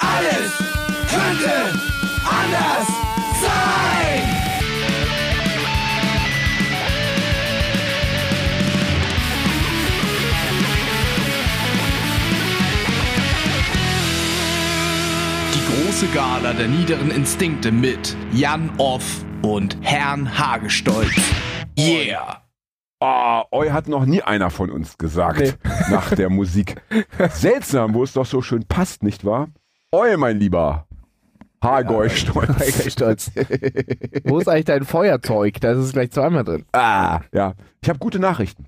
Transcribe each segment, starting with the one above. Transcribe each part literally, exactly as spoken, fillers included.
Alles könnte anders sein. Die große Gala der niederen Instinkte mit Jan Off und Herrn Hagestolz. Yeah! Oh, eu hat noch nie einer von uns gesagt, nee. Nach der Musik. Seltsam, wo es doch so schön passt, nicht wahr? Eu, mein Lieber Hagestolz. Wo ist eigentlich dein Feuerzeug? Da ist es gleich zweimal drin. Ah, ja. Ich habe gute Nachrichten.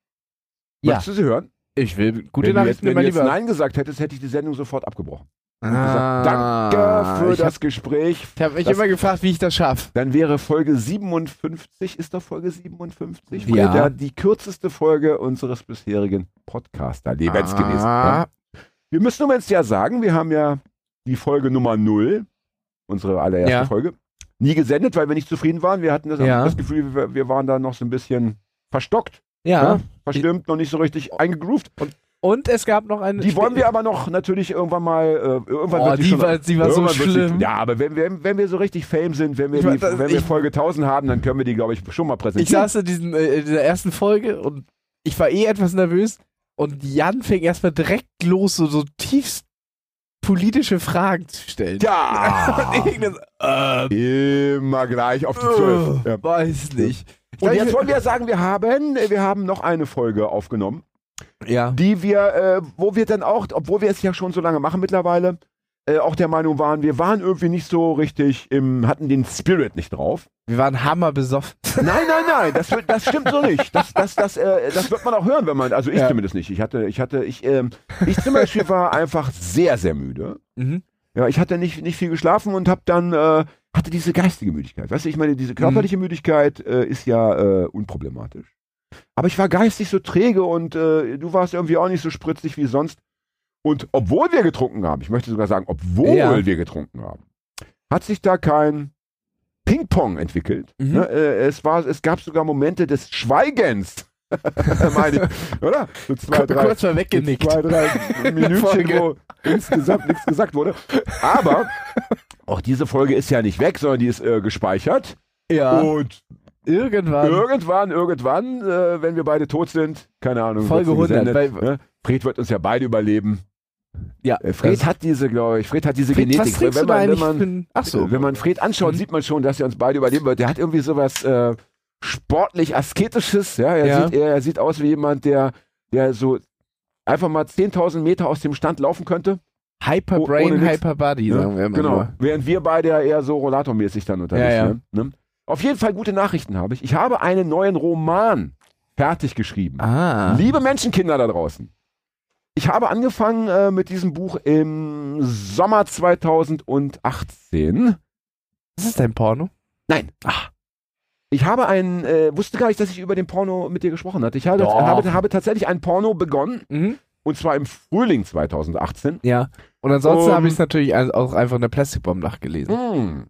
Ja. Möchtest du sie hören? Ich will gute wenn Nachrichten. Wenn du jetzt, lieber. Nein gesagt hättest, hätte ich die Sendung sofort abgebrochen. Ah, gesagt, danke für ich das hab, Gespräch. Ich habe mich das, immer gefragt, wie ich das schaffe. Dann wäre Folge siebenundfünfzig, ist doch Folge siebenundfünfzig, ja. der, die kürzeste Folge unseres bisherigen Podcaster-Lebens ah. gewesen. Ja. Wir müssen uns ja sagen, wir haben ja die Folge Nummer null, unsere allererste ja. Folge, nie gesendet, weil wir nicht zufrieden waren. Wir hatten das, ja. das Gefühl, wir, wir waren da noch so ein bisschen verstockt, ja. ja, verstimmt, noch nicht so richtig eingegroovt. Und Und es gab noch eine... Die wollen wir aber noch natürlich irgendwann mal... Äh, irgendwann oh, wird die, die schon, war, die war so schlimm. Die, ja, aber wenn, wenn, wenn wir so richtig Fame sind, wenn wir, ich die, das, wenn wir ich, Folge tausend haben, dann können wir die, glaube ich, schon mal präsentieren. Ich saß in, diesen, äh, in dieser ersten Folge und ich war eh etwas nervös und Jan fing erstmal direkt los, so, so tiefst politische Fragen zu stellen. Ja! und ich äh, immer gleich auf die zwölf. Uh, ja. Weiß nicht. Und jetzt wollen wir sagen, wir haben, wir haben noch eine Folge aufgenommen. Ja. Die wir, äh, wo wir dann auch, obwohl wir es ja schon so lange machen mittlerweile, äh, auch der Meinung waren, wir waren irgendwie nicht so richtig im, hatten den Spirit nicht drauf. Wir waren hammerbesoffen. Nein, nein, nein, das, das stimmt so nicht. Das, das, das, äh, das wird man auch hören, wenn man, also ich ja. zumindest nicht. Ich hatte, ich hatte, ich, ähm, ich zum Beispiel war einfach sehr, sehr müde. Mhm. Ja, ich hatte nicht, nicht viel geschlafen und hab dann, äh, hatte diese geistige Müdigkeit. Weißt du, ich meine, diese körperliche mhm. Müdigkeit äh, ist ja äh, unproblematisch. Aber ich war geistig so träge und äh, du warst irgendwie auch nicht so spritzig wie sonst. Und obwohl wir getrunken haben, ich möchte sogar sagen, obwohl ja. wir getrunken haben, hat sich da kein Ping-Pong entwickelt. Mhm. Ne? Äh, es, war, es gab sogar Momente des Schweigens. Meine ich, oder? So zwei, drei, kurz mal weggenickt. So zwei, drei Minütchen, wo insgesamt nichts gesagt wurde. Aber auch diese Folge ist ja nicht weg, sondern die ist äh, gespeichert. Ja. Und Irgendwann. Irgendwann, irgendwann, äh, wenn wir beide tot sind, keine Ahnung. Folge hundert. Weil, ne? Fred wird uns ja beide überleben. Ja. Äh, Fred hat diese, glaube ich, Fred hat diese Fred, Genetik. Was wenn man, wenn man, für, ach so. wenn man Fred anschaut, mhm. sieht man schon, dass er uns beide überleben wird. Der hat irgendwie sowas äh, sportlich asketisches. Ja, er, ja. Sieht, er, er sieht aus wie jemand, der, der so einfach mal zehntausend Meter aus dem Stand laufen könnte. Hyper Brain, Hyper Body, ja, sagen wir immer. Genau. Nur. Während wir beide ja eher so rollatormäßig dann unterwegs ja, ja. sind. Ne? Auf jeden Fall gute Nachrichten habe ich. Ich habe einen neuen Roman fertig geschrieben. Ah. Liebe Menschenkinder da draußen. Ich habe angefangen äh, mit diesem Buch im Sommer zweitausendachtzehn. Ist das dein Porno? Nein. Ach. Ich habe einen, äh, wusste gar nicht, dass ich über den Porno mit dir gesprochen hatte. Ich habe, habe, habe tatsächlich ein Porno begonnen. Mhm. Und zwar im Frühling zweitausendachtzehn. Ja. Und ansonsten um, habe ich es natürlich auch einfach in der Plastikbombe nachgelesen. Mh.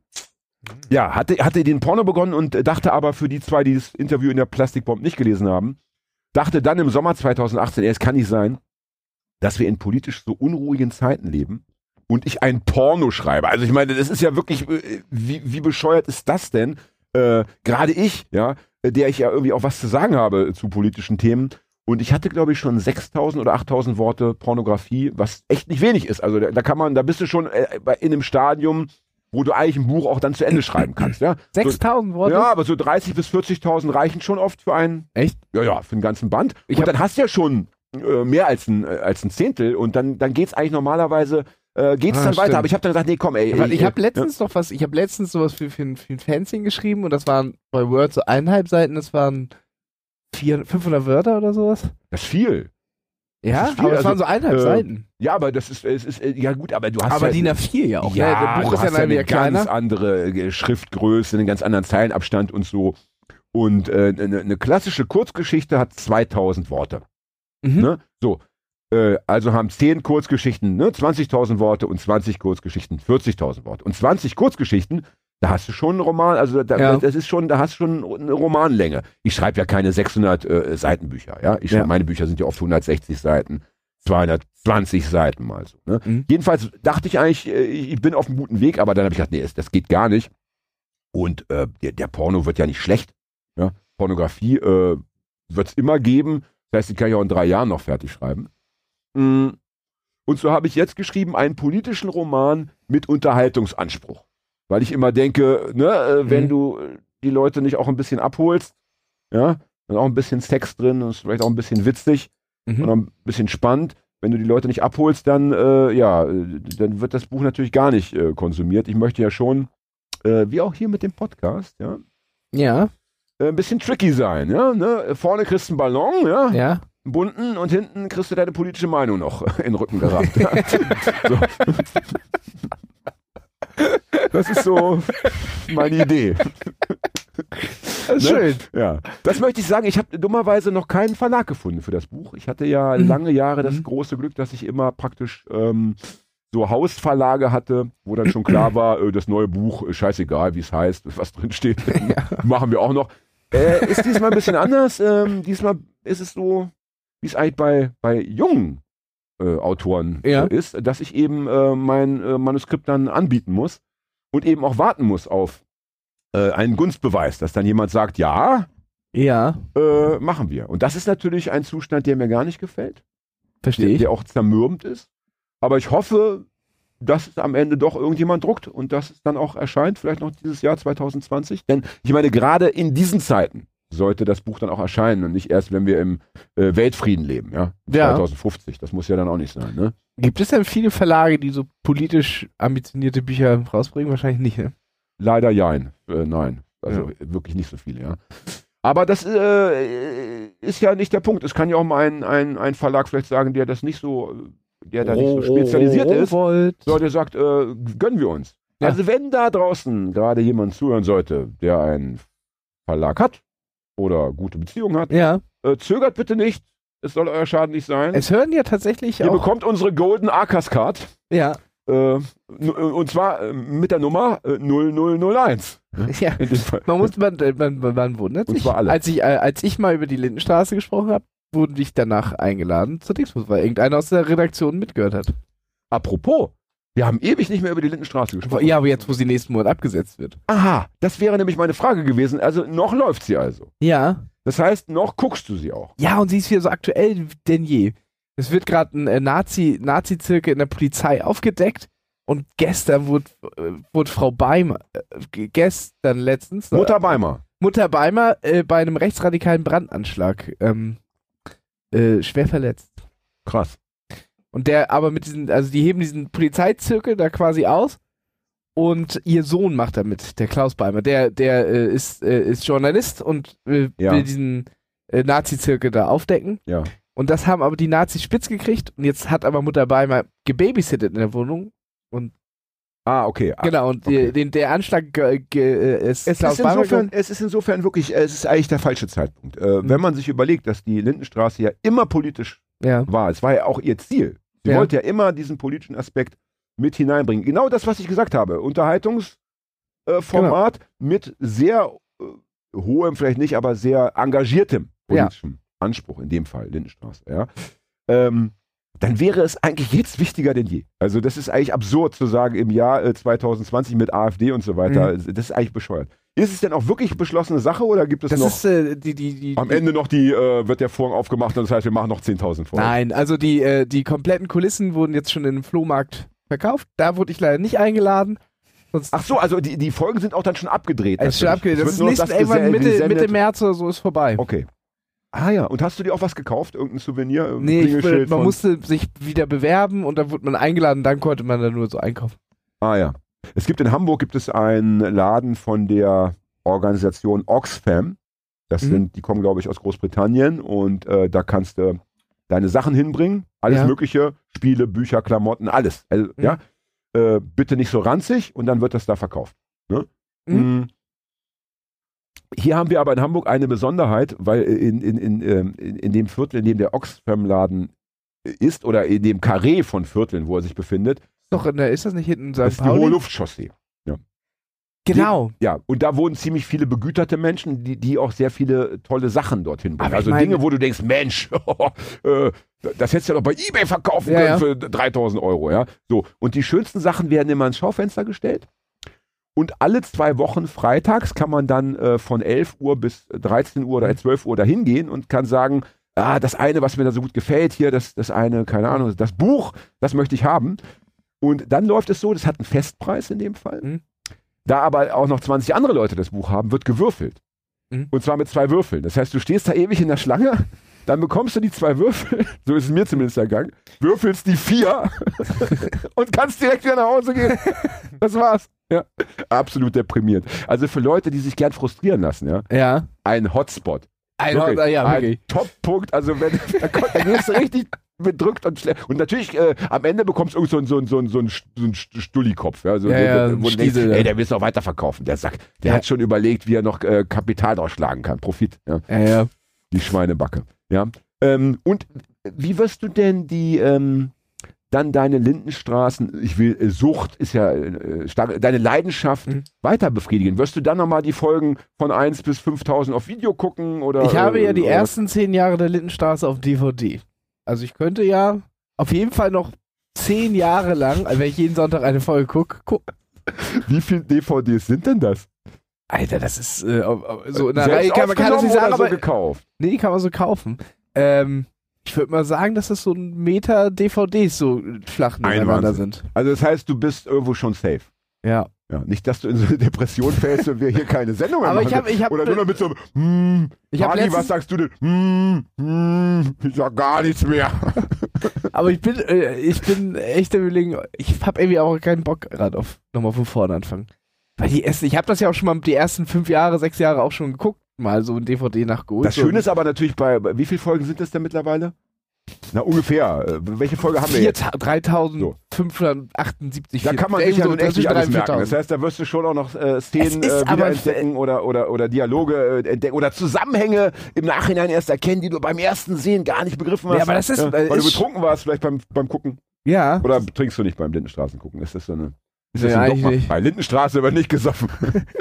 Ja, hatte, hatte den Porno begonnen und dachte aber für die zwei, die das Interview in der Plastikbombe nicht gelesen haben, dachte dann im Sommer zweitausendachtzehn, es kann nicht sein, dass wir in politisch so unruhigen Zeiten leben und ich ein Porno schreibe. Also ich meine, das ist ja wirklich, wie, wie bescheuert ist das denn? Äh, Gerade ich, ja, der ich ja irgendwie auch was zu sagen habe zu politischen Themen. Und ich hatte, glaube ich, schon sechstausend oder achttausend Worte Pornografie, was echt nicht wenig ist. Also da, da kann man, da bist du schon äh, in einem Stadium, wo du eigentlich ein Buch auch dann zu Ende schreiben kannst. Ja? sechstausend so, Worte? Ja, aber so dreißigtausend bis vierzigtausend reichen schon oft für einen. Echt? Ja, ja, für einen ganzen Band. Ich und dann hast du ja schon äh, mehr als ein, äh, als ein Zehntel und dann, dann geht's eigentlich normalerweise, äh, geht's ah, dann stimmt. weiter. Aber ich habe dann gesagt, nee, komm, ey. Aber ey ich habe letztens ja. doch was, ich habe letztens sowas für, für, ein, für ein Fanzine geschrieben und das waren bei Word so eineinhalb Seiten, das waren vier, fünfhundert Wörter oder sowas. Das ist viel. Ja, das ist viel. aber es also, waren so eineinhalb äh, Seiten. Ja, aber das ist, es ist, ja gut, aber du hast aber ja... DIN A vier ja auch. Ja, ne? Das Buch du ist hast ja ja eine eine kleiner. ganz andere Schriftgröße, einen ganz anderen Zeilenabstand und so. Und äh, eine, eine klassische Kurzgeschichte hat zweitausend Worte. Mhm. Ne? So, äh, also haben zehn Kurzgeschichten ne? zwanzigtausend Worte und zwanzig Kurzgeschichten vierzigtausend Worte. Und zwanzig Kurzgeschichten, da hast du schon einen Roman, also da, ja. das ist schon, da hast du schon eine Romanlänge. Ich schreibe ja keine sechshundert äh, Seitenbücher, ja. Ich schreib, ja. Meine Bücher sind ja oft hundertsechzig Seiten, zweihundertzwanzig Seiten mal so. Ne? Mhm. Jedenfalls dachte ich eigentlich, ich bin auf einem guten Weg, aber dann habe ich gedacht, nee, das geht gar nicht. Und äh, der, der Porno wird ja nicht schlecht. Ja? Pornografie äh, wird es immer geben. Das heißt, die kann ich auch in drei Jahren noch fertig schreiben. Und so habe ich jetzt geschrieben, einen politischen Roman mit Unterhaltungsanspruch. Weil ich immer denke, ne, äh, wenn mhm. du die Leute nicht auch ein bisschen abholst, ja, dann auch ein bisschen Sex drin und vielleicht auch ein bisschen witzig mhm. und auch ein bisschen spannend. Wenn du die Leute nicht abholst, dann, äh, ja, dann wird das Buch natürlich gar nicht äh, konsumiert. Ich möchte ja schon, äh, wie auch hier mit dem Podcast, ja, ja. Äh, ein bisschen tricky sein, ja, ne? Vorne kriegst du einen Ballon, ja, ja. einen bunten, und hinten kriegst du deine politische Meinung noch in den Rücken gerammt. Ja. So. Das ist so meine Idee. Das ist schön. Ne? Ja. Das möchte ich sagen, ich habe dummerweise noch keinen Verlag gefunden für das Buch. Ich hatte ja mhm. lange Jahre das mhm. große Glück, dass ich immer praktisch ähm, so Hausverlage hatte, wo dann schon klar war, äh, das neue Buch, äh, scheißegal, wie es heißt, was drin steht, ja. machen wir auch noch. Äh, ist diesmal ein bisschen anders. Ähm, diesmal ist es so, wie es eigentlich bei, bei jungen äh, Autoren ja. äh, ist, dass ich eben äh, mein äh, Manuskript dann anbieten muss und eben auch warten muss auf äh, einen Gunstbeweis, dass dann jemand sagt, ja, ja. Äh, machen wir. Und das ist natürlich ein Zustand, der mir gar nicht gefällt. Verstehe der, ich. Der auch zermürbend ist. Aber ich hoffe, dass es am Ende doch irgendjemand druckt und dass es dann auch erscheint, vielleicht noch dieses Jahr zwanzig zwanzig. Denn ich meine, gerade in diesen Zeiten sollte das Buch dann auch erscheinen und nicht erst, wenn wir im äh, Weltfrieden leben, ja? ja. zwanzig fünfzig. Das muss ja dann auch nicht sein, ne? Gibt es denn viele Verlage, die so politisch ambitionierte Bücher rausbringen? Wahrscheinlich nicht, ne? Leider jein. Äh, nein. Also ja. wirklich nicht so viele, ja. Aber das äh, ist ja nicht der Punkt. Es kann ja auch mal ein, ein, ein Verlag vielleicht sagen, der das nicht so, der da nicht so spezialisiert ist, so, der sagt, äh, gönnen wir uns. Ja. Also wenn da draußen gerade jemand zuhören sollte, der einen Verlag hat oder gute Beziehungen hat, ja. äh, zögert bitte nicht. Es soll euer Schaden nicht sein. Es hören ja tatsächlich Ihr auch... Ihr bekommt unsere Golden Arcas Card. Ja. Äh, und zwar äh, mit der Nummer äh, null null null eins. Ja, man muss, man, man, man wundert sich. Und zwar alle. Als ich, äh, als ich mal über die Lindenstraße gesprochen habe, wurde ich danach eingeladen zu Dingsbus, weil irgendeiner aus der Redaktion mitgehört hat. Apropos, wir haben ewig nicht mehr über die Lindenstraße gesprochen. Ja, aber jetzt, wo sie nächsten Monat abgesetzt wird. Aha, das wäre nämlich meine Frage gewesen. Also noch läuft sie also. Ja. Das heißt, noch guckst du sie auch. Ja, und sie ist wieder so aktuell denn je. Es wird gerade ein äh, Nazi, Nazi-Zirkel in der Polizei aufgedeckt. Und gestern wurde, äh, wurde Frau Beimer, äh, gestern letztens. Mutter Beimer. Mutter Beimer äh, bei einem rechtsradikalen Brandanschlag ähm, äh, schwer verletzt. Krass. Und der aber mit diesen, also die heben diesen Polizeizirkel da quasi aus und ihr Sohn macht da mit, der Klaus Beimer. Der, der äh, ist, äh, ist Journalist und äh, ja. will diesen äh, Nazi-Zirkel da aufdecken. Ja. Und das haben aber die Nazis spitz gekriegt und jetzt hat aber Mutter Beimer gebabysittet in der Wohnung. Und ah, okay. Genau, und okay. Die, den, der Anschlag ge, ge, ist es Klaus ist insofern, Es ist insofern wirklich, es ist eigentlich der falsche Zeitpunkt. Äh, mhm. Wenn man sich überlegt, dass die Lindenstraße ja immer politisch ja. war, es war ja auch ihr Ziel. Sie ja. wollte ja immer diesen politischen Aspekt mit hineinbringen. Genau das, was ich gesagt habe. Unterhaltungsformat äh, genau. mit sehr äh, hohem, vielleicht nicht, aber sehr engagiertem politischem ja. Anspruch, in dem Fall Lindenstraße. Ja. Ähm, dann wäre es eigentlich jetzt wichtiger denn je. Also das ist eigentlich absurd zu sagen, im Jahr äh, zwanzig zwanzig mit AfD und so weiter, mhm. das ist eigentlich bescheuert. Ist es denn auch wirklich beschlossene Sache oder gibt es das noch ist, äh, die, die, die, am Ende noch die, äh, wird der Vorhang aufgemacht und das heißt, wir machen noch zehntausend Folgen? Nein, also die, äh, die kompletten Kulissen wurden jetzt schon in den Flohmarkt verkauft. Da wurde ich leider nicht eingeladen. Sonst Ach so, also die, die Folgen sind auch dann schon abgedreht. Es ist schon abgedreht. Das ist nächsten, irgendwann Mitte, Mitte März oder so ist vorbei. Okay. Ah ja, und hast du dir auch was gekauft? Irgendein Souvenir? Irgendein nee, ich will, man musste sich wieder bewerben und dann wurde man eingeladen, dann konnte man da nur so einkaufen. Ah ja. Es gibt in Hamburg gibt es einen Laden von der Organisation Oxfam. Das mhm. sind, die kommen, glaube ich, aus Großbritannien und äh, da kannst du deine Sachen hinbringen. Alles ja. mögliche, Spiele, Bücher, Klamotten, alles. Also, mhm. ja, äh, bitte nicht so ranzig und dann wird das da verkauft. Ne? Mhm. Mhm. Hier haben wir aber in Hamburg eine Besonderheit, weil in, in, in, in, in dem Viertel, in dem der Oxfam-Laden ist, oder in dem Karree von Vierteln, wo er sich befindet, Doch, in der, ist das nicht hinten in Sankt das ist die Pauli? Hohe Luftchaussee. Ja. Genau. Die, ja, und da wohnen ziemlich viele begüterte Menschen, die, die auch sehr viele tolle Sachen dorthin bringen. Aber Also meine, Dinge, wo du denkst, Mensch, äh, Das hättest du ja noch bei eBay verkaufen ja, können ja. für dreitausend Euro, ja. So. Und die schönsten Sachen werden immer ins Schaufenster gestellt. Und alle zwei Wochen freitags kann man dann äh, von elf Uhr bis dreizehn Uhr oder zwölf Uhr dahin gehen und kann sagen, ah, das eine, was mir da so gut gefällt, hier, das, das eine, keine Ahnung, das Buch, das möchte ich haben. Und dann läuft es so, das hat einen Festpreis in dem Fall. Mhm. Da aber auch noch zwanzig andere Leute das Buch haben, wird gewürfelt. Mhm. Und zwar mit zwei Würfeln. Das heißt, du stehst da ewig in der Schlange, dann bekommst du die zwei Würfel, so ist es mir zumindest ergangen, würfelst die vier und kannst direkt wieder nach Hause gehen. Das war's. Ja. Absolut deprimierend. Also für Leute, die sich gern frustrieren lassen, ja, ja. ein Hotspot. Ein, wirklich, Hot, ja, ein Top-Punkt. Also wenn, da, da gehst du richtig bedrückt und schlecht. Und natürlich äh, am Ende bekommst du so, so, so, so einen so ein Stullikopf. Ja, so, ja, ja, wo du denkst, ey, der will es auch weiterverkaufen. Der Sack, der ja. hat schon überlegt, wie er noch äh, Kapital draus schlagen kann. Profit. Ja, ja. ja. Die Schweinebacke. Ja. Ähm, und wie wirst du denn die ähm, dann deine Lindenstraßen, ich will, äh, Sucht ist ja äh, stark, deine Leidenschaft mhm. weiter befriedigen? Wirst du dann nochmal die Folgen von eins bis fünftausend auf Video gucken? Oder, ich habe äh, ja die oder? ersten zehn Jahre der Lindenstraße auf D V D. Also ich könnte ja auf jeden Fall noch zehn Jahre lang, also wenn ich jeden Sonntag eine Folge gucke, gucken. Wie viele D V Ds sind denn das? Alter, das ist äh, so in der Selbst Reihe, kann, man kann das nicht sagen, so aber gekauft? Nee, die kann man so kaufen. Ähm, ich würde mal sagen, dass das so ein Meter D V Ds so flach nebeneinander sind. Also das heißt, du bist irgendwo schon safe. Ja. Ja, nicht, dass du in so eine Depression fällst und wir hier keine Sendung mehr aber machen. Ich hab, ich hab, Oder nur noch mit so einem hm, ich hab Party, letztens, was sagst du denn? Hm, hm, ich sag gar nichts mehr. Aber ich bin, äh, ich bin echt im Überlegen, ich hab irgendwie auch keinen Bock gerade auf nochmal von vorne anfangen. Weil die ersten, ich habe das ja auch schon mal die ersten fünf Jahre, sechs Jahre auch schon geguckt, mal so ein D V D nachgeholt. Das Schöne ist aber natürlich bei, wie viele Folgen sind das denn mittlerweile? Na, ungefähr. Welche Folge haben wir jetzt? dreitausendfünfhundertachtundsiebzig. Da kann man sich ja nun echt nicht alles merken. Das heißt, da wirst du schon auch noch äh, Szenen äh, wiederentdecken oder, oder, oder Dialoge äh, entdecken oder Zusammenhänge im Nachhinein erst erkennen, die du beim ersten Sehen gar nicht begriffen hast. Ja, aber das ist, ja, weil ist du betrunken warst vielleicht beim, beim Gucken. Ja. Oder trinkst du nicht beim Lindenstraßen gucken? Ist das so eine... Ist das ja, ein Dogma? Bei Lindenstraße wird nicht gesoffen.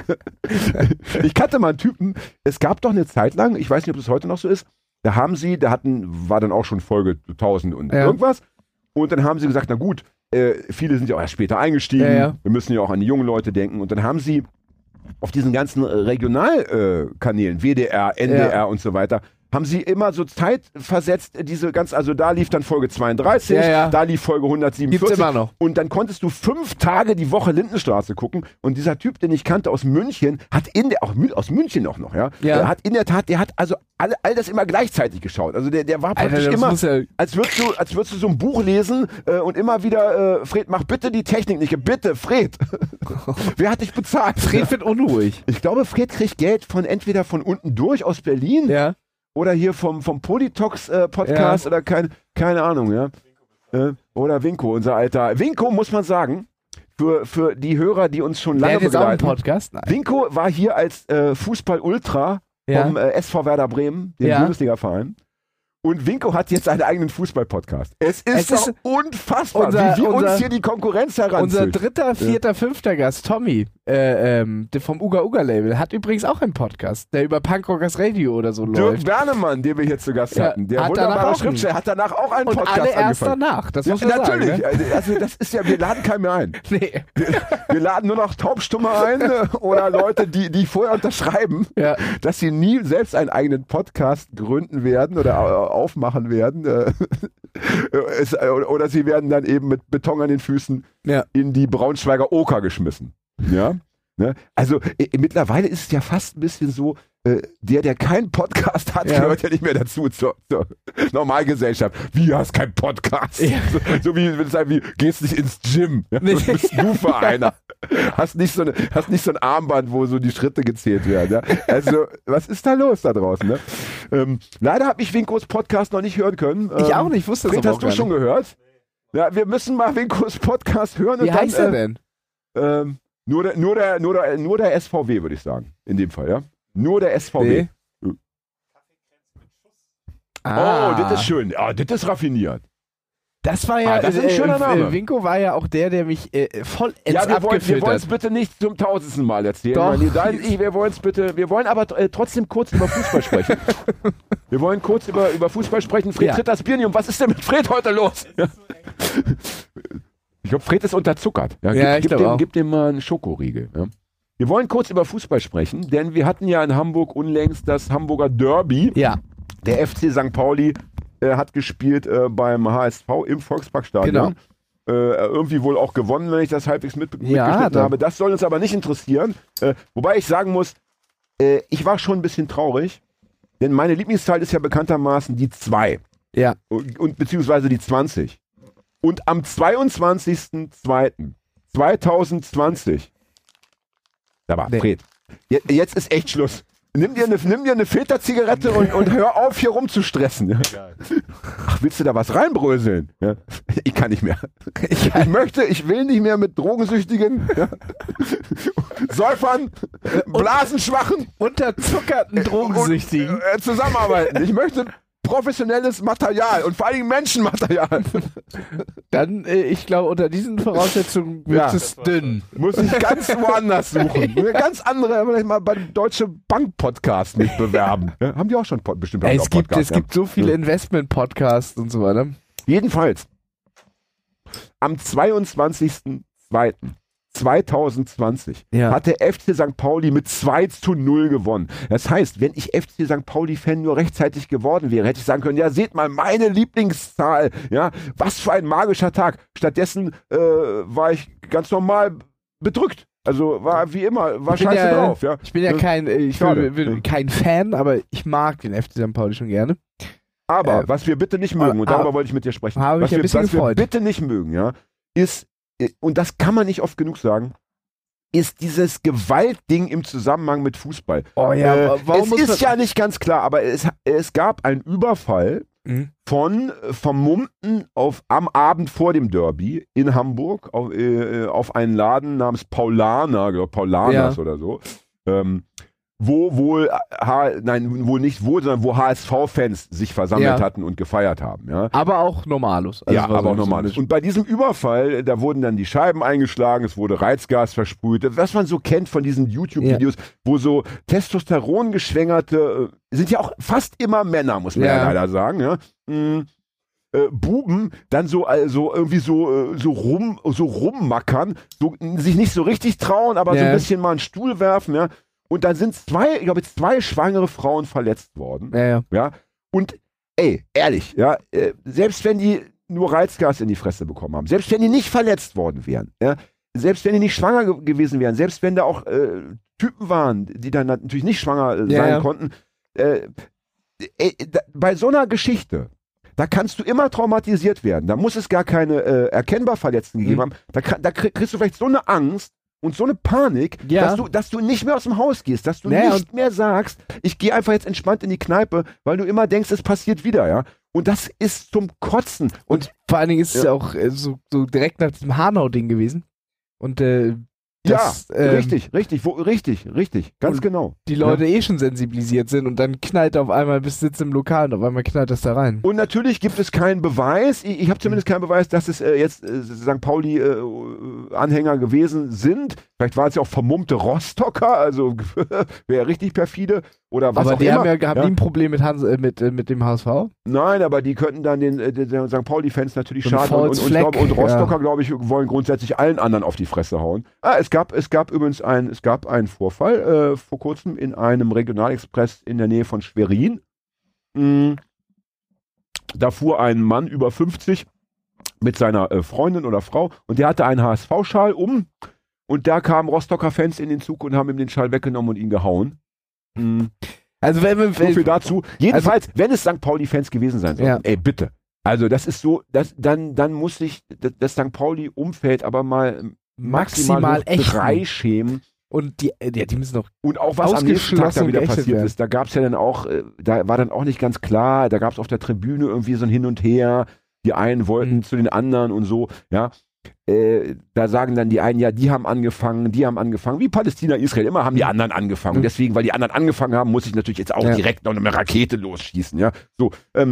Ich kannte mal einen Typen, es gab doch eine Zeit lang, ich weiß nicht, ob das heute noch so ist, da haben sie, da hatten, war dann auch schon Folge tausend und ja. irgendwas. Und dann haben sie gesagt, na gut, äh, viele sind ja auch erst später eingestiegen. Ja, ja. Wir müssen ja auch an die jungen Leute denken. Und dann haben sie auf diesen ganzen Regionalkanälen, äh, W D R, N D R ja. und so weiter, haben sie immer so zeitversetzt, diese ganz, also da lief dann Folge zweiunddreißig, ja, ja. da lief Folge hundertsiebenundvierzig. Gibt's immer noch. Und dann konntest du fünf Tage die Woche Lindenstraße gucken. Und dieser Typ, den ich kannte aus München, hat in der, auch aus München auch noch, ja, ja. Der hat in der Tat, der hat also all, all das immer gleichzeitig geschaut. Also der, der war praktisch Alter, immer, ja als würdest du, als würdest du so ein Buch lesen äh, und immer wieder, äh, Fred, mach bitte die Technik nicht, bitte, Fred. Wer hat dich bezahlt? Fred wird unruhig. Ich glaube, Fred kriegt Geld von entweder von unten durch aus Berlin, ja. oder hier vom, vom Politox äh, Podcast ja. oder kein, keine Ahnung, ja. Äh, oder Winko, unser alter. Winko, muss man sagen, für, für die Hörer, die uns schon lange Der hat begleiten. jetzt auch einen Podcast? Nein. Winko war hier als äh, Fußball-Ultra ja. vom äh, S V Werder Bremen, dem ja. Bundesliga-Verein. Und Winko hat jetzt einen eigenen Fußball-Podcast. Es ist, es ist unfassbar, unser, wie wir unser, uns hier die Konkurrenz heranzüchten. Unser dritter, vierter, ja. fünfter Gast, Tommy, äh, ähm, der vom Uga Uga Label, hat übrigens auch einen Podcast, der über Punkrockers Radio oder so Dirk läuft. Dirk Wernemann, den wir hier zu Gast hatten, ja, der hat wunderbare Schriftsteller, hat danach auch einen und Podcast alle erst angefangen. danach, das ja, muss man natürlich. sagen. Ne? Also das ist ja, wir laden keinen mehr ein. Nee. Wir, wir laden nur noch Taubstumme ein oder Leute, die, die vorher unterschreiben, ja. dass sie nie selbst einen eigenen Podcast gründen werden oder aufmachen werden. Es, oder sie werden dann eben mit Beton an den Füßen ja. in die Braunschweiger Oker geschmissen. Ja? Ne? Also äh, mittlerweile ist es ja fast ein bisschen so, äh, der, der keinen Podcast hat, ja. gehört ja nicht mehr dazu zur, zur Normalgesellschaft. Wie, hast keinen Podcast? Ja. So, so wie, wie, gehst nicht ins Gym. Ja? Nee. Was bist du für einer? Hast nicht, so eine, hast nicht so ein Armband, wo so die Schritte gezählt werden. Ja? Also, was ist da los da draußen? Ne? Ähm, leider habe ich Winkos Podcast noch nicht hören können. Ähm, ich auch nicht, wusste das Fred, hast du schon gehört? Ja, wir müssen mal Winkos Podcast hören. Wie und heißt dann, er äh, denn? Ähm, nur, der, nur, der, nur, der, nur der S V W, würde ich sagen. In dem Fall, ja? Nur der S V W. Nee. Ah. Oh, das ist schön. Ah, das ist raffiniert. Das war ja, ah, das ist ein äh, schöner Name. Äh, Winko war ja auch der, der mich äh, voll Ja, wir wollen wir hat. es bitte nicht zum tausendsten Mal erzählen. Doch. Meine, dein, ich, wir wollen es bitte, wir wollen aber äh, trotzdem kurz über Fußball sprechen. Wir wollen kurz über, über Fußball sprechen. Fred ja. tritt das Bier nicht um. Was ist denn mit Fred heute los? Ja. Ich glaube, Fred ist unterzuckert. Ja, ja, gib, ich gib, dem, auch. gib dem mal einen Schokoriegel. Ja. Wir wollen kurz über Fußball sprechen, denn wir hatten ja in Hamburg unlängst das Hamburger Derby. Ja. Der F C Sankt Pauli äh, hat gespielt äh, beim H S V im Volksparkstadion. Genau. Äh, irgendwie wohl auch gewonnen, wenn ich das halbwegs mit, ja, mitgeschnitten habe. Das soll uns aber nicht interessieren. Äh, wobei ich sagen muss, äh, ich war schon ein bisschen traurig, denn meine Lieblingszahl ist ja bekanntermaßen die zwei. Ja. Und, und beziehungsweise die zwanzig. Und am zweiundzwanzigsten zweiten zweitausendzwanzig, da war nee. Fred. Je, jetzt ist echt Schluss. Nimm dir eine, nimm dir eine Filterzigarette und, und hör auf, hier rumzustressen. Ja. Ach, willst du da was reinbröseln? Ja. Ich kann nicht mehr. Ich, ich möchte, ich will nicht mehr mit Drogensüchtigen, ja. Säufern, Blasenschwachen, unterzuckerten Drogensüchtigen und, äh, zusammenarbeiten. Ich möchte professionelles Material und vor allem Menschenmaterial. Dann, äh, ich glaube, unter diesen Voraussetzungen wird Ja. es dünn. Muss ich ganz woanders suchen. Eine ganz andere, vielleicht mal beim Deutsche Bank Podcast mich bewerben. Ja, haben die auch schon pod- bestimmt Ey, auch es gibt, Podcasts, es gibt so viele Investment-Podcasts und so weiter. Jedenfalls, am zweiundzwanzigsten zweiten zweitausendzwanzig Ja. hat der F C Sankt Pauli mit zwei zu null gewonnen. Das heißt, wenn ich F C Sankt Pauli-Fan nur rechtzeitig geworden wäre, hätte ich sagen können, ja, seht mal, meine Lieblingszahl, ja, was für ein magischer Tag. Stattdessen äh, war ich ganz normal bedrückt. Also war wie immer, war Ich bin scheiße ja, drauf. Ja. Ich bin ja kein, äh, ich Schade. will, will, kein Fan, aber ich mag den F C Sankt Pauli schon gerne. Aber Äh, was wir bitte nicht mögen, und aber- darüber wollte ich mit dir sprechen, habe was, mich ein wir, bisschen was wir gefreut. bitte nicht mögen, ja, ist, und das kann man nicht oft genug sagen, ist dieses Gewaltding im Zusammenhang mit Fußball. Oh ja, äh, aber warum es muss ist man- ja nicht ganz klar, aber es, es gab einen Überfall Mhm. von äh, Vermummten auf, am Abend vor dem Derby in Hamburg auf, äh, auf einen Laden namens Paulaner, glaub, Paulaners Ja. oder so, ähm, wo wohl, H nein, wohl nicht wohl, sondern wo H S V-Fans sich versammelt Ja. hatten und gefeiert haben. Ja, Aber auch Normalos. Also ja es war aber so auch normal. so- Und bei diesem Überfall, da wurden dann die Scheiben eingeschlagen, es wurde Reizgas versprüht, was man so kennt von diesen YouTube-Videos, wo so Testosteron geschwängerte, äh, sind ja auch fast immer Männer, muss man ja, Ja. leider sagen, ja. Mm, äh, Buben dann so also irgendwie so äh, so rum so rummackern, so, sich nicht so richtig trauen, aber so Ja. ein bisschen mal einen Stuhl werfen, ja. Und dann sind zwei, ich glaube, zwei schwangere Frauen verletzt worden. Ja, ja. Ja, und ey, ehrlich, ja, äh, selbst wenn die nur Reizgas in die Fresse bekommen haben, selbst wenn die nicht verletzt worden wären, ja, selbst wenn die nicht schwanger ge gewesen wären, selbst wenn da auch äh, Typen waren, die dann natürlich nicht schwanger äh, Ja, sein ja. konnten, äh, ey, da, bei so einer Geschichte, da kannst du immer traumatisiert werden. Da muss es gar keine äh, erkennbar Verletzten gegeben Mhm. haben. Da, kann- da krieg, kriegst du vielleicht so eine Angst und so eine Panik, Ja. dass, du, dass du nicht mehr aus dem Haus gehst, dass du Naja, nicht mehr sagst, ich gehe einfach jetzt entspannt in die Kneipe, weil du immer denkst, es passiert wieder, ja. Und das ist zum Kotzen. Und, Und vor allen Dingen ist es Ja. ja auch äh, so, so direkt nach diesem Hanau-Ding gewesen. Und äh, das, ja, ähm, richtig, richtig, wo, richtig, richtig, ganz und genau. die Leute eh schon sensibilisiert sind und dann knallt auf einmal, bis sitzt im Lokal und auf einmal knallt das da rein. Und natürlich gibt es keinen Beweis, ich, ich habe zumindest keinen Beweis, dass es äh, jetzt äh, Sankt Pauli-Anhänger äh, gewesen sind. Vielleicht waren es ja auch vermummte Rostocker, also wäre richtig perfide. Oder was Aber auch die immer. haben ja haben Ja. die ein Problem mit, Hans, äh, mit, äh, mit dem H S V? Nein, aber die könnten dann den, äh, den Sankt Pauli-Fans natürlich So ein schaden. Und, und, False und, ich glaub, Flag, und Rostocker, ja. glaube ich, wollen grundsätzlich allen anderen auf die Fresse hauen. Ah, es gab, es gab übrigens ein, es gab einen Vorfall äh, vor kurzem in einem Regionalexpress in der Nähe von Schwerin. Mm, da fuhr ein Mann über fünfzig mit seiner äh, Freundin oder Frau und der hatte einen H S V-Schal um und da kamen Rostocker Fans in den Zug und haben ihm den Schal weggenommen und ihn gehauen. Mm. Also wenn wir So viel dazu. Jedenfalls, wenn es Sankt Pauli-Fans gewesen sein sollen, Ja. ey, bitte. Also das ist so, das, dann, dann muss sich das, das Sankt Pauli-Umfeld aber mal maximal, maximal hoch echt drei schämen. und die, äh, die, die müssen noch Und auch was am nächsten Tag Ausgeschlossen da wieder geächtet passiert werden. ist, da gab es ja dann auch, äh, da war dann auch nicht ganz klar, da gab es auf der Tribüne irgendwie so ein Hin und Her, die einen wollten Mhm. zu den anderen und so, ja. Äh, da sagen dann die einen, ja, die haben angefangen, die haben angefangen, wie Palästina, Israel, immer haben die anderen angefangen. Und Mhm. deswegen, weil die anderen angefangen haben, muss ich natürlich jetzt auch Ja. direkt noch eine Rakete losschießen, ja. So, ähm,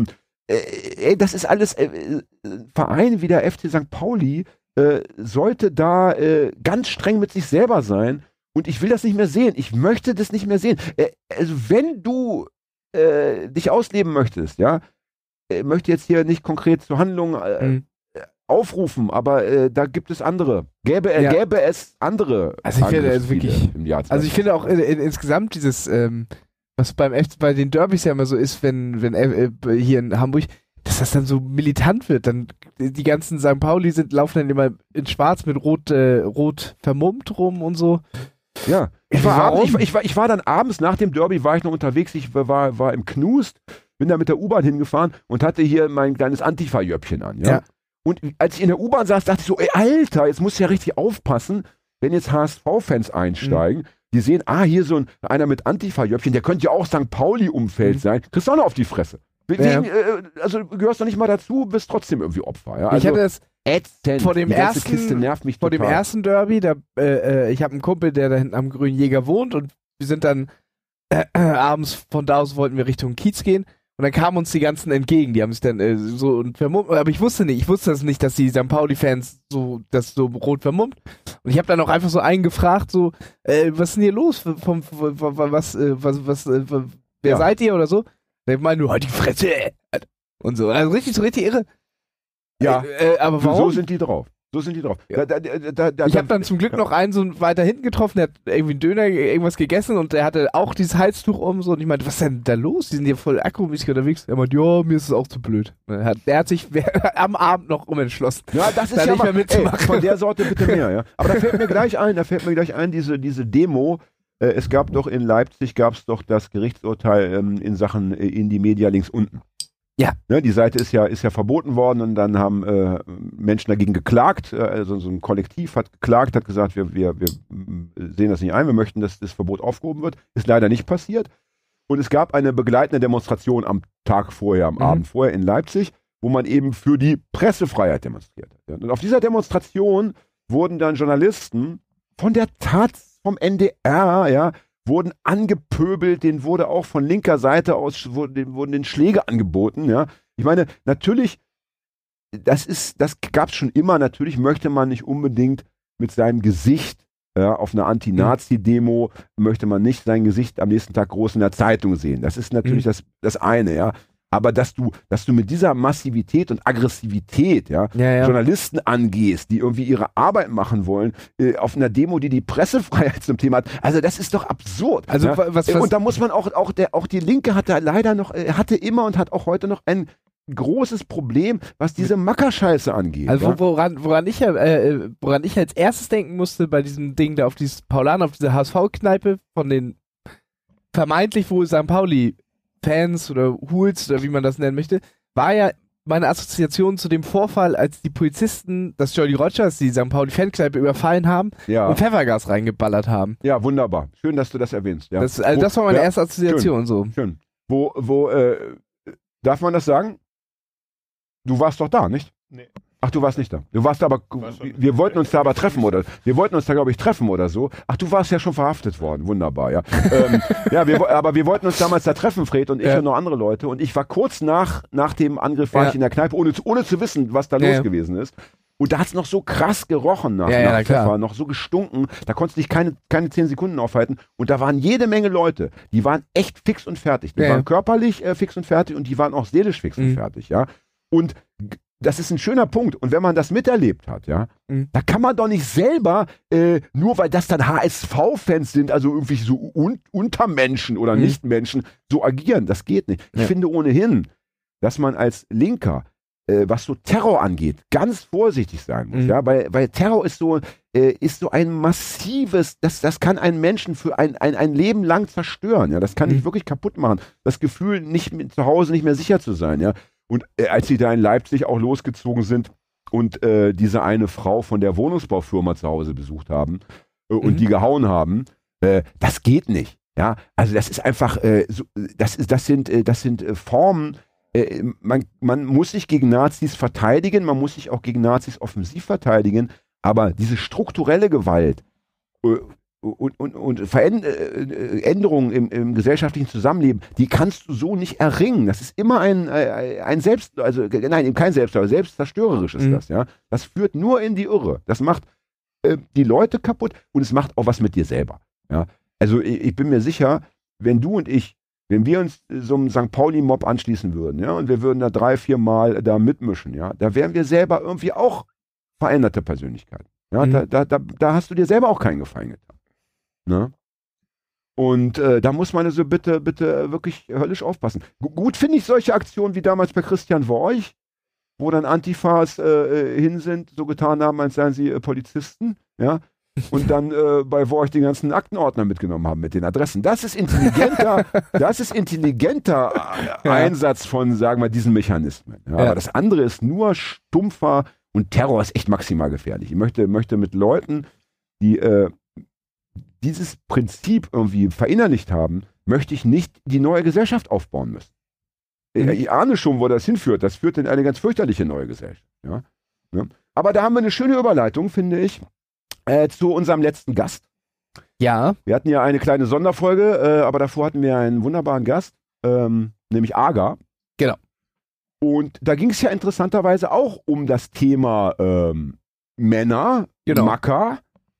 äh, ey, das ist alles, äh, Verein wie der F C Sankt Pauli äh, sollte da äh, ganz streng mit sich selber sein und ich will das nicht mehr sehen. Ich möchte das nicht mehr sehen. Äh, also wenn du äh, dich ausleben möchtest, ja, äh, möchte jetzt hier nicht konkret zur Handlung äh, mhm. aufrufen, aber äh, da gibt es andere. Gäbe, äh, ja. gäbe es andere. Also ich finde also wirklich, im Jahr also ich finde auch in, in, insgesamt dieses, ähm, was beim F C, bei den Derbys ja immer so ist, wenn, wenn äh, hier in Hamburg, dass das dann so militant wird, dann die ganzen Sankt Pauli sind, laufen dann immer in Schwarz mit Rot, äh, Rot vermummt rum und so. Ja, ich war, abends, ich, ich, war, ich war dann abends nach dem Derby, war ich noch unterwegs, ich war, war im Knust, bin da mit der U-Bahn hingefahren und hatte hier mein kleines Antifa-Jöppchen an, ja. ja. Und als ich in der U-Bahn saß, dachte ich so, ey, Alter, jetzt musst du ja richtig aufpassen, wenn jetzt H S V-Fans einsteigen, mhm. die sehen, ah, hier so ein, einer mit Antifa-Jöppchen, der könnte ja auch Sankt Pauli-Umfeld mhm. sein, kriegst du auch noch auf die Fresse. Wegen, ja. äh, also du gehörst doch nicht mal dazu, bist trotzdem irgendwie Opfer. Ja? Also, ich hatte das ätzend. vor dem die ersten, Kiste nervt mich vor total. dem ersten Derby, da, äh, ich habe einen Kumpel, der da hinten am Grünen Jäger wohnt und wir sind dann äh, äh, abends von da aus wollten wir Richtung Kiez gehen. Und dann kamen uns die ganzen entgegen, die haben sich dann äh, so und vermummt, aber ich wusste nicht, ich wusste das nicht, dass die Sankt Pauli-Fans so das so rot vermummt. Und ich habe dann auch einfach so einen gefragt, so, äh, was ist denn hier los? Vom, vom, was, äh, was, was, äh, wer ja. seid ihr oder so? Der meinte nur, halt die Fresse! Und so, also richtig, so richtig irre. Ja, äh, äh, aber warum? So sind die drauf. So sind die drauf. Ja. Da, da, da, da, ich habe dann zum Glück ja. noch einen so weiter hinten getroffen, der hat irgendwie einen Döner, irgendwas gegessen und der hatte auch dieses Halstuch um so und ich meinte, was ist denn da los? Die sind hier voll akkumäßig unterwegs. Er meinte, ja, mir ist es auch zu blöd. Der hat, der hat sich am Abend noch umentschlossen. Ja, das ist da ja nicht mal, mehr mitzumachen. Ey, von der Sorte bitte mehr, ja. Aber da fällt mir gleich ein, da fällt mir gleich ein, diese, diese Demo. Äh, es gab doch in Leipzig, gab es doch das Gerichtsurteil ähm, in Sachen äh, Indie Media links unten. Ja. Ne, die Seite ist ja, ist ja verboten worden und dann haben äh, Menschen dagegen geklagt, äh, also so ein Kollektiv hat geklagt, hat gesagt, wir, wir, wir sehen das nicht ein, wir möchten, dass das Verbot aufgehoben wird. Ist leider nicht passiert. Und es gab eine begleitende Demonstration am Tag vorher, am mhm. Abend vorher in Leipzig, wo man eben für die Pressefreiheit demonstriert hat. Und auf dieser Demonstration wurden dann Journalisten von der Taz, vom N D R, ja, wurden angepöbelt, denen wurde auch von linker Seite aus, wurden, wurden den Schläge angeboten, ja. Ich meine, natürlich, das ist, das gab es schon immer, natürlich möchte man nicht unbedingt mit seinem Gesicht, ja, auf einer Anti-Nazi-Demo, mhm. möchte man nicht sein Gesicht am nächsten Tag groß in der Zeitung sehen. Das ist natürlich mhm. das, das eine, ja. Aber dass du, dass du mit dieser Massivität und Aggressivität, ja, ja, ja. Journalisten angehst, die irgendwie ihre Arbeit machen wollen, äh, auf einer Demo, die die Pressefreiheit zum Thema hat, also das ist doch absurd. Also ja? was, was und da muss man auch, auch der, auch die Linke hatte leider noch, äh, hatte immer und hat auch heute noch ein großes Problem, was diese Mackerscheiße angeht. Also ja? woran, woran ich ja, äh, woran ich als erstes denken musste bei diesem Ding da auf dieses Paulaner, auf diese H S V-Kneipe von den vermeintlich wohl Sankt Pauli Fans oder Hools oder wie man das nennen möchte, war ja meine Assoziation zu dem Vorfall, als die Polizisten das Jolly Rogers, die Sankt Pauli Fankneipe, überfallen haben ja. und Pfeffergas reingeballert haben. Ja, wunderbar. Schön, dass du das erwähnst. Ja. Das, also wo, das war meine ja, erste Assoziation. Schön, so. Schön. Wo, wo, äh, darf man das sagen? Du warst doch da, nicht? Nee. Ach, du warst nicht da. Du warst aber, war wir wollten uns da aber treffen, oder? Wir wollten uns da, glaube ich, treffen oder so. Ach, du warst ja schon verhaftet worden. Wunderbar, ja. ähm, ja, wir, aber wir wollten uns damals da treffen, Fred und ich ja. und noch andere Leute. Und ich war kurz nach, nach dem Angriff war ja. ich in der Kneipe, ohne, ohne zu wissen, was da ja. los gewesen ist. Und da hat es noch so krass gerochen nach, ja, nach ja, Pfeffer, klar. noch so gestunken. Da konntest du dich keine, keine zehn Sekunden aufhalten. Und da waren jede Menge Leute, die waren echt fix und fertig. Die ja, waren ja. körperlich äh, fix und fertig und die waren auch seelisch fix mhm. und fertig, ja. Und das ist ein schöner Punkt. Und wenn man das miterlebt hat, ja, mhm. da kann man doch nicht selber, äh, nur weil das dann H S V-Fans sind, also irgendwie so un Untermenschen oder mhm. Nichtmenschen, so agieren. Das geht nicht. Ja. Ich finde ohnehin, dass man als Linker, äh, was so Terror angeht, ganz vorsichtig sein muss. Mhm. Ja, weil, weil Terror ist so, äh, ist so ein massives, das, das kann einen Menschen für ein, ein, ein Leben lang zerstören. Ja, das kann dich mhm. wirklich kaputt machen. Das Gefühl, nicht mit, zu Hause nicht mehr sicher zu sein. Ja. Und äh, als sie da in Leipzig auch losgezogen sind und äh, diese eine Frau von der Wohnungsbaufirma zu Hause besucht haben äh, und mhm. die gehauen haben, äh, das geht nicht. Ja, also das ist einfach, äh, so, das ist, das sind, äh, das sind äh, Formen. Äh, man, man muss sich gegen Nazis verteidigen, man muss sich auch gegen Nazis offensiv verteidigen, aber diese strukturelle Gewalt äh, und, und, und Veränderungen im, im gesellschaftlichen Zusammenleben, die kannst du so nicht erringen. Das ist immer ein, ein Selbst, also nein, eben kein Selbstläufer, selbstzerstörerisch ist mhm. das, ja. Das führt nur in die Irre. Das macht äh, die Leute kaputt und es macht auch was mit dir selber. Ja. Also ich, ich bin mir sicher, wenn du und ich, wenn wir uns so einem Sankt Pauli-Mob anschließen würden, ja, und wir würden da drei, vier Mal da mitmischen, ja, da wären wir selber irgendwie auch veränderte Persönlichkeiten. Ja, mhm. da, da, da, da hast du dir selber auch keinen Gefallen getan. Ne? Und äh, da muss man also bitte, bitte wirklich höllisch aufpassen. G- gut finde ich solche Aktionen wie damals bei Christian Worch, wo dann Antifas äh, hin sind, so getan haben, als seien sie äh, Polizisten, ja, und dann äh, bei Worch den ganzen Aktenordner mitgenommen haben mit den Adressen. Das ist intelligenter, das ist intelligenter äh, ja. Einsatz von, sagen wir, diesen Mechanismen. Ja, ja. Aber das andere ist nur stumpfer und Terror ist echt maximal gefährlich. Ich möchte, möchte mit Leuten, die äh, dieses Prinzip irgendwie verinnerlicht haben, möchte ich nicht die neue Gesellschaft aufbauen müssen. Mhm. Ich ahne schon, wo das hinführt. Das führt in eine ganz fürchterliche neue Gesellschaft. Ja? Ja? Aber da haben wir eine schöne Überleitung, finde ich, äh, zu unserem letzten Gast. Ja. Wir hatten ja eine kleine Sonderfolge, äh, aber davor hatten wir einen wunderbaren Gast, ähm, nämlich Aga. Genau. Und da ging es ja interessanterweise auch um das Thema ähm, Männer, genau. Macker.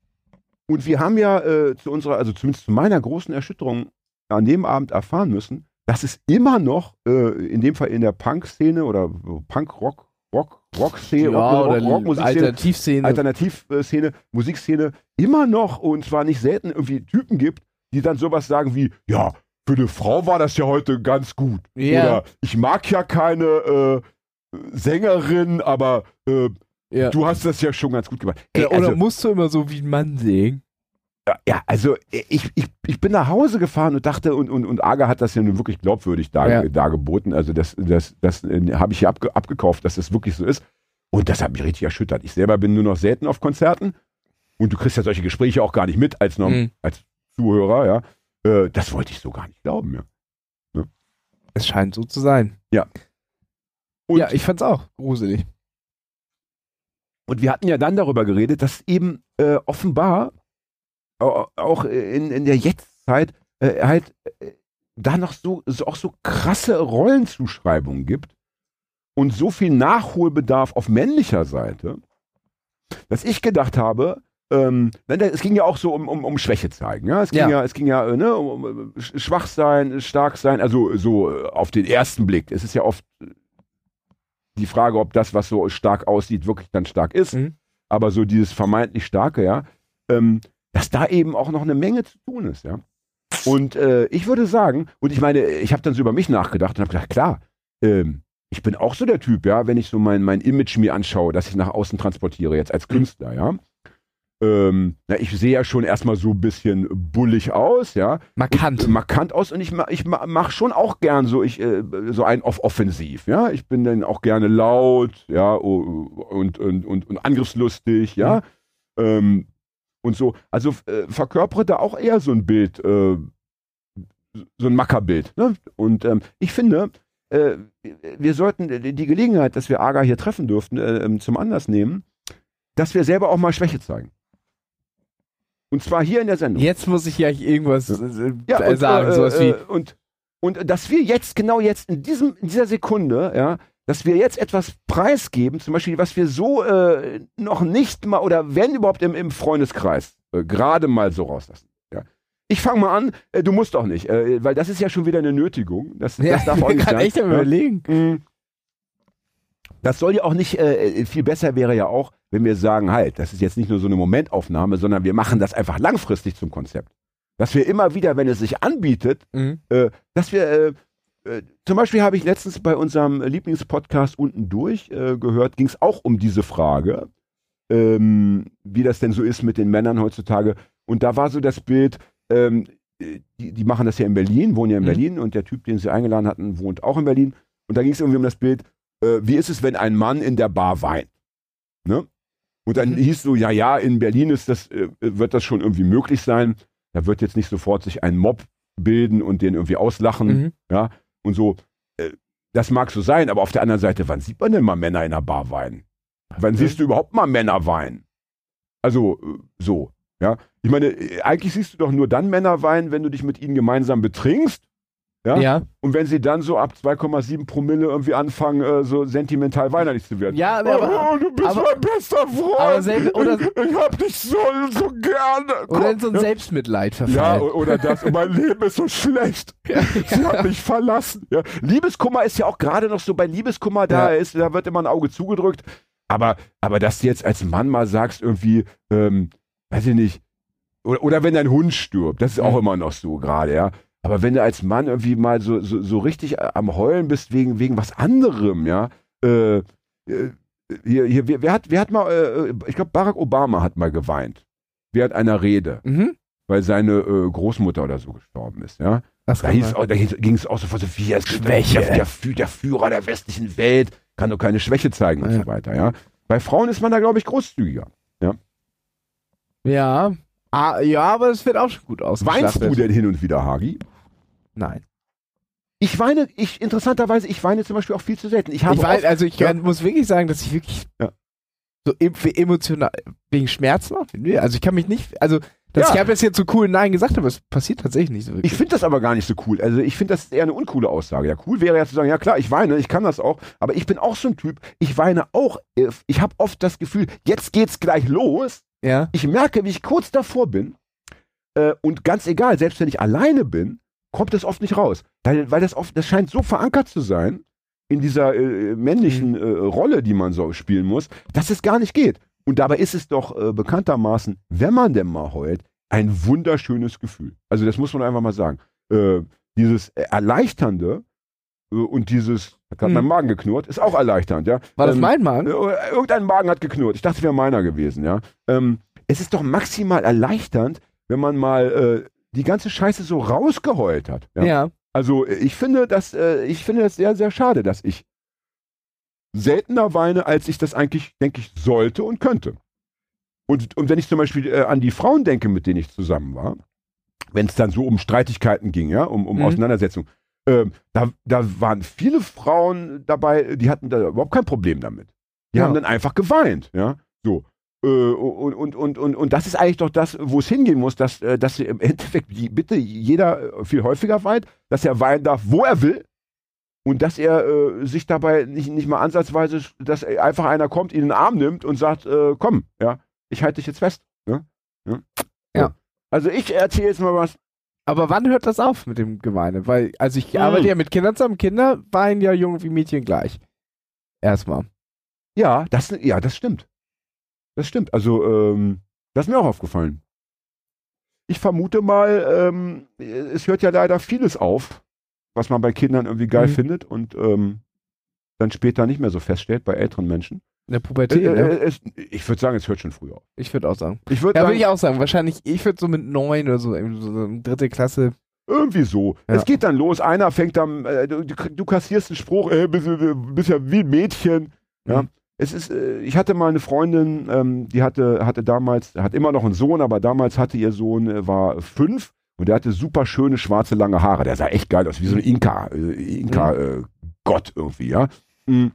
Und wir haben ja äh, zu unserer, also zumindest zu meiner großen Erschütterung an dem Abend erfahren müssen, dass es immer noch, äh, in dem Fall in der Punk-Szene oder Punk-Rock, Rock, Rock-Szene, ja, Rock, oder Rock, Rock, Alternativszene, Alternativszene, Musikszene, immer noch und zwar nicht selten irgendwie Typen gibt, die dann sowas sagen wie, ja, für eine Frau war das ja heute ganz gut. Ja. Oder ich mag ja keine äh, Sängerin, aber äh, ja. du hast das ja schon ganz gut gemacht. Ey, ja, oder also, musst du immer so wie ein Mann singen? Ja, also ich, ich, ich bin nach Hause gefahren und dachte, und, und, und Aga hat das ja nun wirklich glaubwürdig dar, ja. dargeboten. Also das, das, das äh, habe ich ja abge, abgekauft, dass das wirklich so ist. Und das hat mich richtig erschüttert. Ich selber bin nur noch selten auf Konzerten und du kriegst ja solche Gespräche auch gar nicht mit als, noch, mhm. als Zuhörer, ja. Äh, das wollte ich so gar nicht glauben, ja. ja. Es scheint so zu sein. Ja. Und, ja, ich fand's auch gruselig. Und wir hatten ja dann darüber geredet, dass eben äh, offenbar auch in, in der Jetztzeit äh, halt äh, da noch so, so auch so krasse Rollenzuschreibungen gibt und so viel Nachholbedarf auf männlicher Seite, dass ich gedacht habe, ähm, es ging ja auch so um, um, um Schwäche zeigen, ja, es ging ja, ja es ging ja äh, ne, um, um schwach sein, stark sein, also so auf den ersten Blick. Es ist ja oft die Frage, ob das, was so stark aussieht, wirklich dann stark ist, mhm. aber so dieses vermeintlich Starke, ja, ähm, dass da eben auch noch eine Menge zu tun ist, ja. Und äh, ich würde sagen, und ich meine, ich habe dann so über mich nachgedacht und habe gedacht, klar, ähm, ich bin auch so der Typ, ja, wenn ich so mein, mein Image mir anschaue, das ich nach außen transportiere, jetzt als Künstler, ja. Ähm, na, ich sehe ja schon erstmal so ein bisschen bullig aus, ja. Markant. Und, äh, markant aus und ich, ich mache schon auch gern so, ich, äh, so ein Off-Offensiv, ja. Ich bin dann auch gerne laut, ja, und, und, und, und angriffslustig, ja. Mhm. Ähm, Und so, also äh, verkörpere da auch eher so ein Bild, äh, so ein Mackerbild. Ne? Und ähm, ich finde, äh, wir sollten die Gelegenheit, dass wir Aga hier treffen dürften, äh, zum Anlass nehmen, dass wir selber auch mal Schwäche zeigen. Und zwar hier in der Sendung. Jetzt muss ich ja irgendwas äh, ja, und, sagen, äh, sowas wie. Äh, und, und dass wir jetzt, genau jetzt, in, diesem, in dieser Sekunde, ja, dass wir jetzt etwas preisgeben, zum Beispiel, was wir so äh, noch nicht mal, oder wenn überhaupt im, im Freundeskreis, äh, gerade mal so rauslassen. Ja. Ich fange mal an, äh, du musst auch nicht, äh, weil das ist ja schon wieder eine Nötigung. Das, ja, das darf auch nicht kann sein. echt ja überlegen. Das soll ja auch nicht, äh, viel besser wäre ja auch, wenn wir sagen, halt, das ist jetzt nicht nur so eine Momentaufnahme, sondern wir machen das einfach langfristig zum Konzept. Dass wir immer wieder, wenn es sich anbietet, mhm. äh, dass wir... Äh, Äh, zum Beispiel habe ich letztens bei unserem Lieblingspodcast Unten durch äh, gehört, ging es auch um diese Frage, ähm, wie das denn so ist mit den Männern heutzutage. Und da war so das Bild, ähm, die, die machen das ja in Berlin, wohnen ja in mhm. Berlin und der Typ, den sie eingeladen hatten, wohnt auch in Berlin. Und da ging es irgendwie um das Bild, äh, wie ist es, wenn ein Mann in der Bar weint? Ne? Und dann mhm. hieß so, ja, ja, in Berlin ist das, äh, wird das schon irgendwie möglich sein. Da wird jetzt nicht sofort sich ein Mob bilden und den irgendwie auslachen, mhm. ja. Und so, äh, das mag so sein, aber auf der anderen Seite, wann sieht man denn mal Männer in einer Bar weinen? Wann siehst du überhaupt mal Männer weinen? Also, äh, so. Ja, ich meine, eigentlich siehst du doch nur dann Männer weinen, wenn du dich mit ihnen gemeinsam betrinkst. Ja? Ja. Und wenn sie dann so ab zwei Komma sieben Promille irgendwie anfangen, äh, so sentimental weinerlich zu werden. Ja, oh, aber, oh, du bist aber, mein bester Freund. Aber selbst, oder, ich, ich hab dich so, so gerne. Oder in so ein Selbstmitleid verfallen. Ja, oder das. Und mein Leben ist so schlecht. Sie hat mich verlassen. Ja. Liebeskummer ist ja auch gerade noch so, bei Liebeskummer, da Ja. ist, da wird immer ein Auge zugedrückt. Aber, aber dass du jetzt als Mann mal sagst, irgendwie, ähm, weiß ich nicht, oder, oder wenn dein Hund stirbt, das ist auch Mhm. immer noch so gerade, ja. Aber wenn du als Mann irgendwie mal so, so, so richtig am Heulen bist wegen, wegen was anderem, ja, äh, äh, hier, hier, wer, wer, hat, wer hat mal, äh, ich glaube, Barack Obama hat mal geweint während einer Rede, Mhm. weil seine äh, Großmutter oder so gestorben ist, ja. Das Da, kann hieß, man- auch- da ging es auch so vor so wie er ist Schwäche. Der, der, Fü- der Führer der westlichen Welt kann doch keine Schwäche zeigen und Ja. so weiter, ja. Bei Frauen ist man da, glaube ich, großzügiger. Ja. Ah, ja, aber es wird auch schon gut ausgeschlachtet. Weinst du denn hin und wieder, Hagi? Nein. Ich weine, ich interessanterweise, ich weine zum Beispiel auch viel zu selten. Ich habe Ich weiß, oft, also ich ja. kann, muss wirklich sagen, dass ich wirklich Ja. so em emotional, wegen Schmerzen auch, nee, also ich kann mich nicht, also dass Ja. ich habe jetzt hier zu cool Nein gesagt, aber es passiert tatsächlich nicht so wirklich. ich finde das aber gar nicht so cool. Also ich finde, das ist eher eine uncoole Aussage. Ja, cool wäre ja zu sagen, ja klar, ich weine, ich kann das auch, aber ich bin auch so ein Typ, ich weine auch. äh, Ich habe oft das Gefühl, jetzt geht's gleich los. Ja. Ich merke, wie ich kurz davor bin. Äh, und ganz egal, selbst wenn ich alleine bin, kommt das oft nicht raus. Weil, weil das oft, das scheint so verankert zu sein in dieser äh, männlichen äh, Rolle, die man so spielen muss, dass es gar nicht geht. Und dabei ist es doch äh, bekanntermaßen, wenn man denn mal heult, ein wunderschönes Gefühl. Also das muss man einfach mal sagen. Äh, dieses Erleichternde äh, und dieses, hat gerade Hm. mein Magen geknurrt, ist auch erleichternd, ja. War das Ähm, mein Magen? äh, Irgendein Magen hat geknurrt. Ich dachte, es wäre meiner gewesen, ja. Ähm, es ist doch maximal erleichternd, wenn man mal äh, die ganze Scheiße so rausgeheult hat. Ja? Ja. Also äh, ich finde das, äh, ich finde das sehr, sehr schade, dass ich seltener weine, als ich das eigentlich, denke ich, sollte und könnte. Und, und wenn ich zum Beispiel äh, an die Frauen denke, mit denen ich zusammen war, wenn es dann so um Streitigkeiten ging, ja, um, um Mhm. Auseinandersetzungen, ähm, da, da waren viele Frauen dabei, die hatten da überhaupt kein Problem damit. Die Ja. haben dann einfach geweint, ja, so. Äh, und, und, und, und, und das ist eigentlich doch das, wo es hingehen muss, dass, äh, dass im Endeffekt die, bitte jeder äh, viel häufiger weint, dass er weinen darf, wo er will und dass er äh, sich dabei nicht, nicht mal ansatzweise, dass einfach einer kommt, ihn in den Arm nimmt und sagt, äh, komm, ja, ich halte dich jetzt fest. Ne? Ja. Ja. So. Also ich erzähle jetzt mal was. Aber wann hört das auf mit dem Geweine? Weil, also ich Hm. arbeite ja mit Kindern zusammen. Kinder weinen ja Jungen wie Mädchen gleich. Erstmal. Ja, das, ja, das stimmt. Das stimmt. Also, ähm, das ist mir auch aufgefallen. Ich vermute mal, ähm, es hört ja leider vieles auf, was man bei Kindern irgendwie geil Mhm. findet und ähm, dann später nicht mehr so feststellt bei älteren Menschen. In der Pubertät, Äh, ne? äh, es, ich würde sagen, es hört schon früher auf. Ich würde auch sagen. Ich würde Ja, sagen, würde ich auch sagen. Wahrscheinlich, ich würde so mit neun oder so, irgendwie so so dritte Klasse. irgendwie so. Ja. Es geht dann los, einer fängt dann, äh, du, du kassierst einen Spruch, äh, bist, bist ja wie ein Mädchen. Ja. Mhm. Es ist, äh, ich hatte mal eine Freundin, ähm, die hatte, hatte damals, hat immer noch einen Sohn, aber damals hatte ihr Sohn, äh, war fünf und der hatte super schöne schwarze lange Haare. Der sah echt geil aus, wie so ein Inka, äh, Inka-Gott irgendwie, ja. Mhm.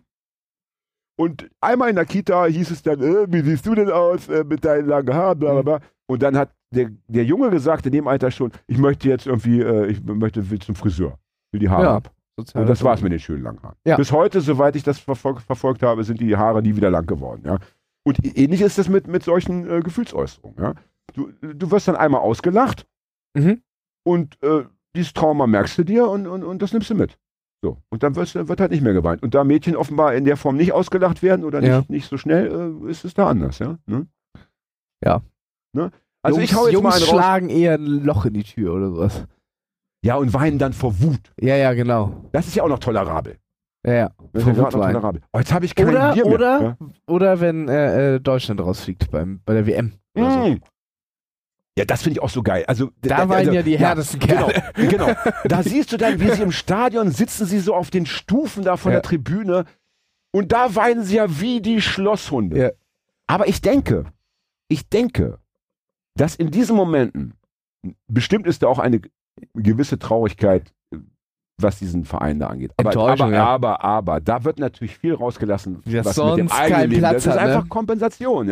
Und einmal in der Kita hieß es dann, äh, wie siehst du denn aus äh, mit deinen langen Haaren, bla bla bla. Und dann hat der, der Junge gesagt, in dem Alter schon, ich möchte jetzt irgendwie, äh, ich möchte will zum Friseur, will die Haare Ja. ab. Und das war's mit den schönen langen Haaren. Ja. Bis heute, soweit ich das verfolg, verfolgt habe, sind die Haare nie wieder lang geworden. Ja? Und ähnlich ist es mit, mit solchen äh, Gefühlsäußerungen. Ja? Du, du wirst dann einmal ausgelacht Mhm. und äh, dieses Trauma merkst du dir und, und, und das nimmst du mit. So. Und dann wirst, wird halt nicht mehr geweint. Und da Mädchen offenbar in der Form nicht ausgelacht werden oder nicht, Ja. nicht so schnell, äh, ist es da anders. Ja. Ne? Ja. Ne? Also Jungs, ich hau jetzt Jungs mal einen raus. schlagen eher ein Loch in die Tür oder sowas. Ja, und weinen dann vor Wut. Ja, ja, genau. Das ist ja auch noch tolerabel. Ja, ja. Das Vor ist ja Wut gerade noch weinen. tolerabel. Oh, jetzt habe ich kein Oder, Bier mehr. oder, Ja? oder wenn äh, äh, Deutschland rausfliegt beim, bei der W M. Oder so. Mm. Ja, das finde ich auch so geil. Also, Da also, weinen ja die härtesten Kerle. Genau, genau. Da siehst du dann, wie sie im Stadion sitzen, sie so auf den Stufen da von Ja. der Tribüne und da weinen sie ja wie die Schlosshunde. Ja. Aber ich denke, ich denke, dass in diesen Momenten, bestimmt ist da auch eine gewisse Traurigkeit, was diesen Verein da angeht. Aber, Enttäuschung, aber, ja. aber, aber, da wird natürlich viel rausgelassen, Ja, was mit dem sonst eigenen keinen Leben. Platz Das ist hat, ne? einfach Kompensation, ja.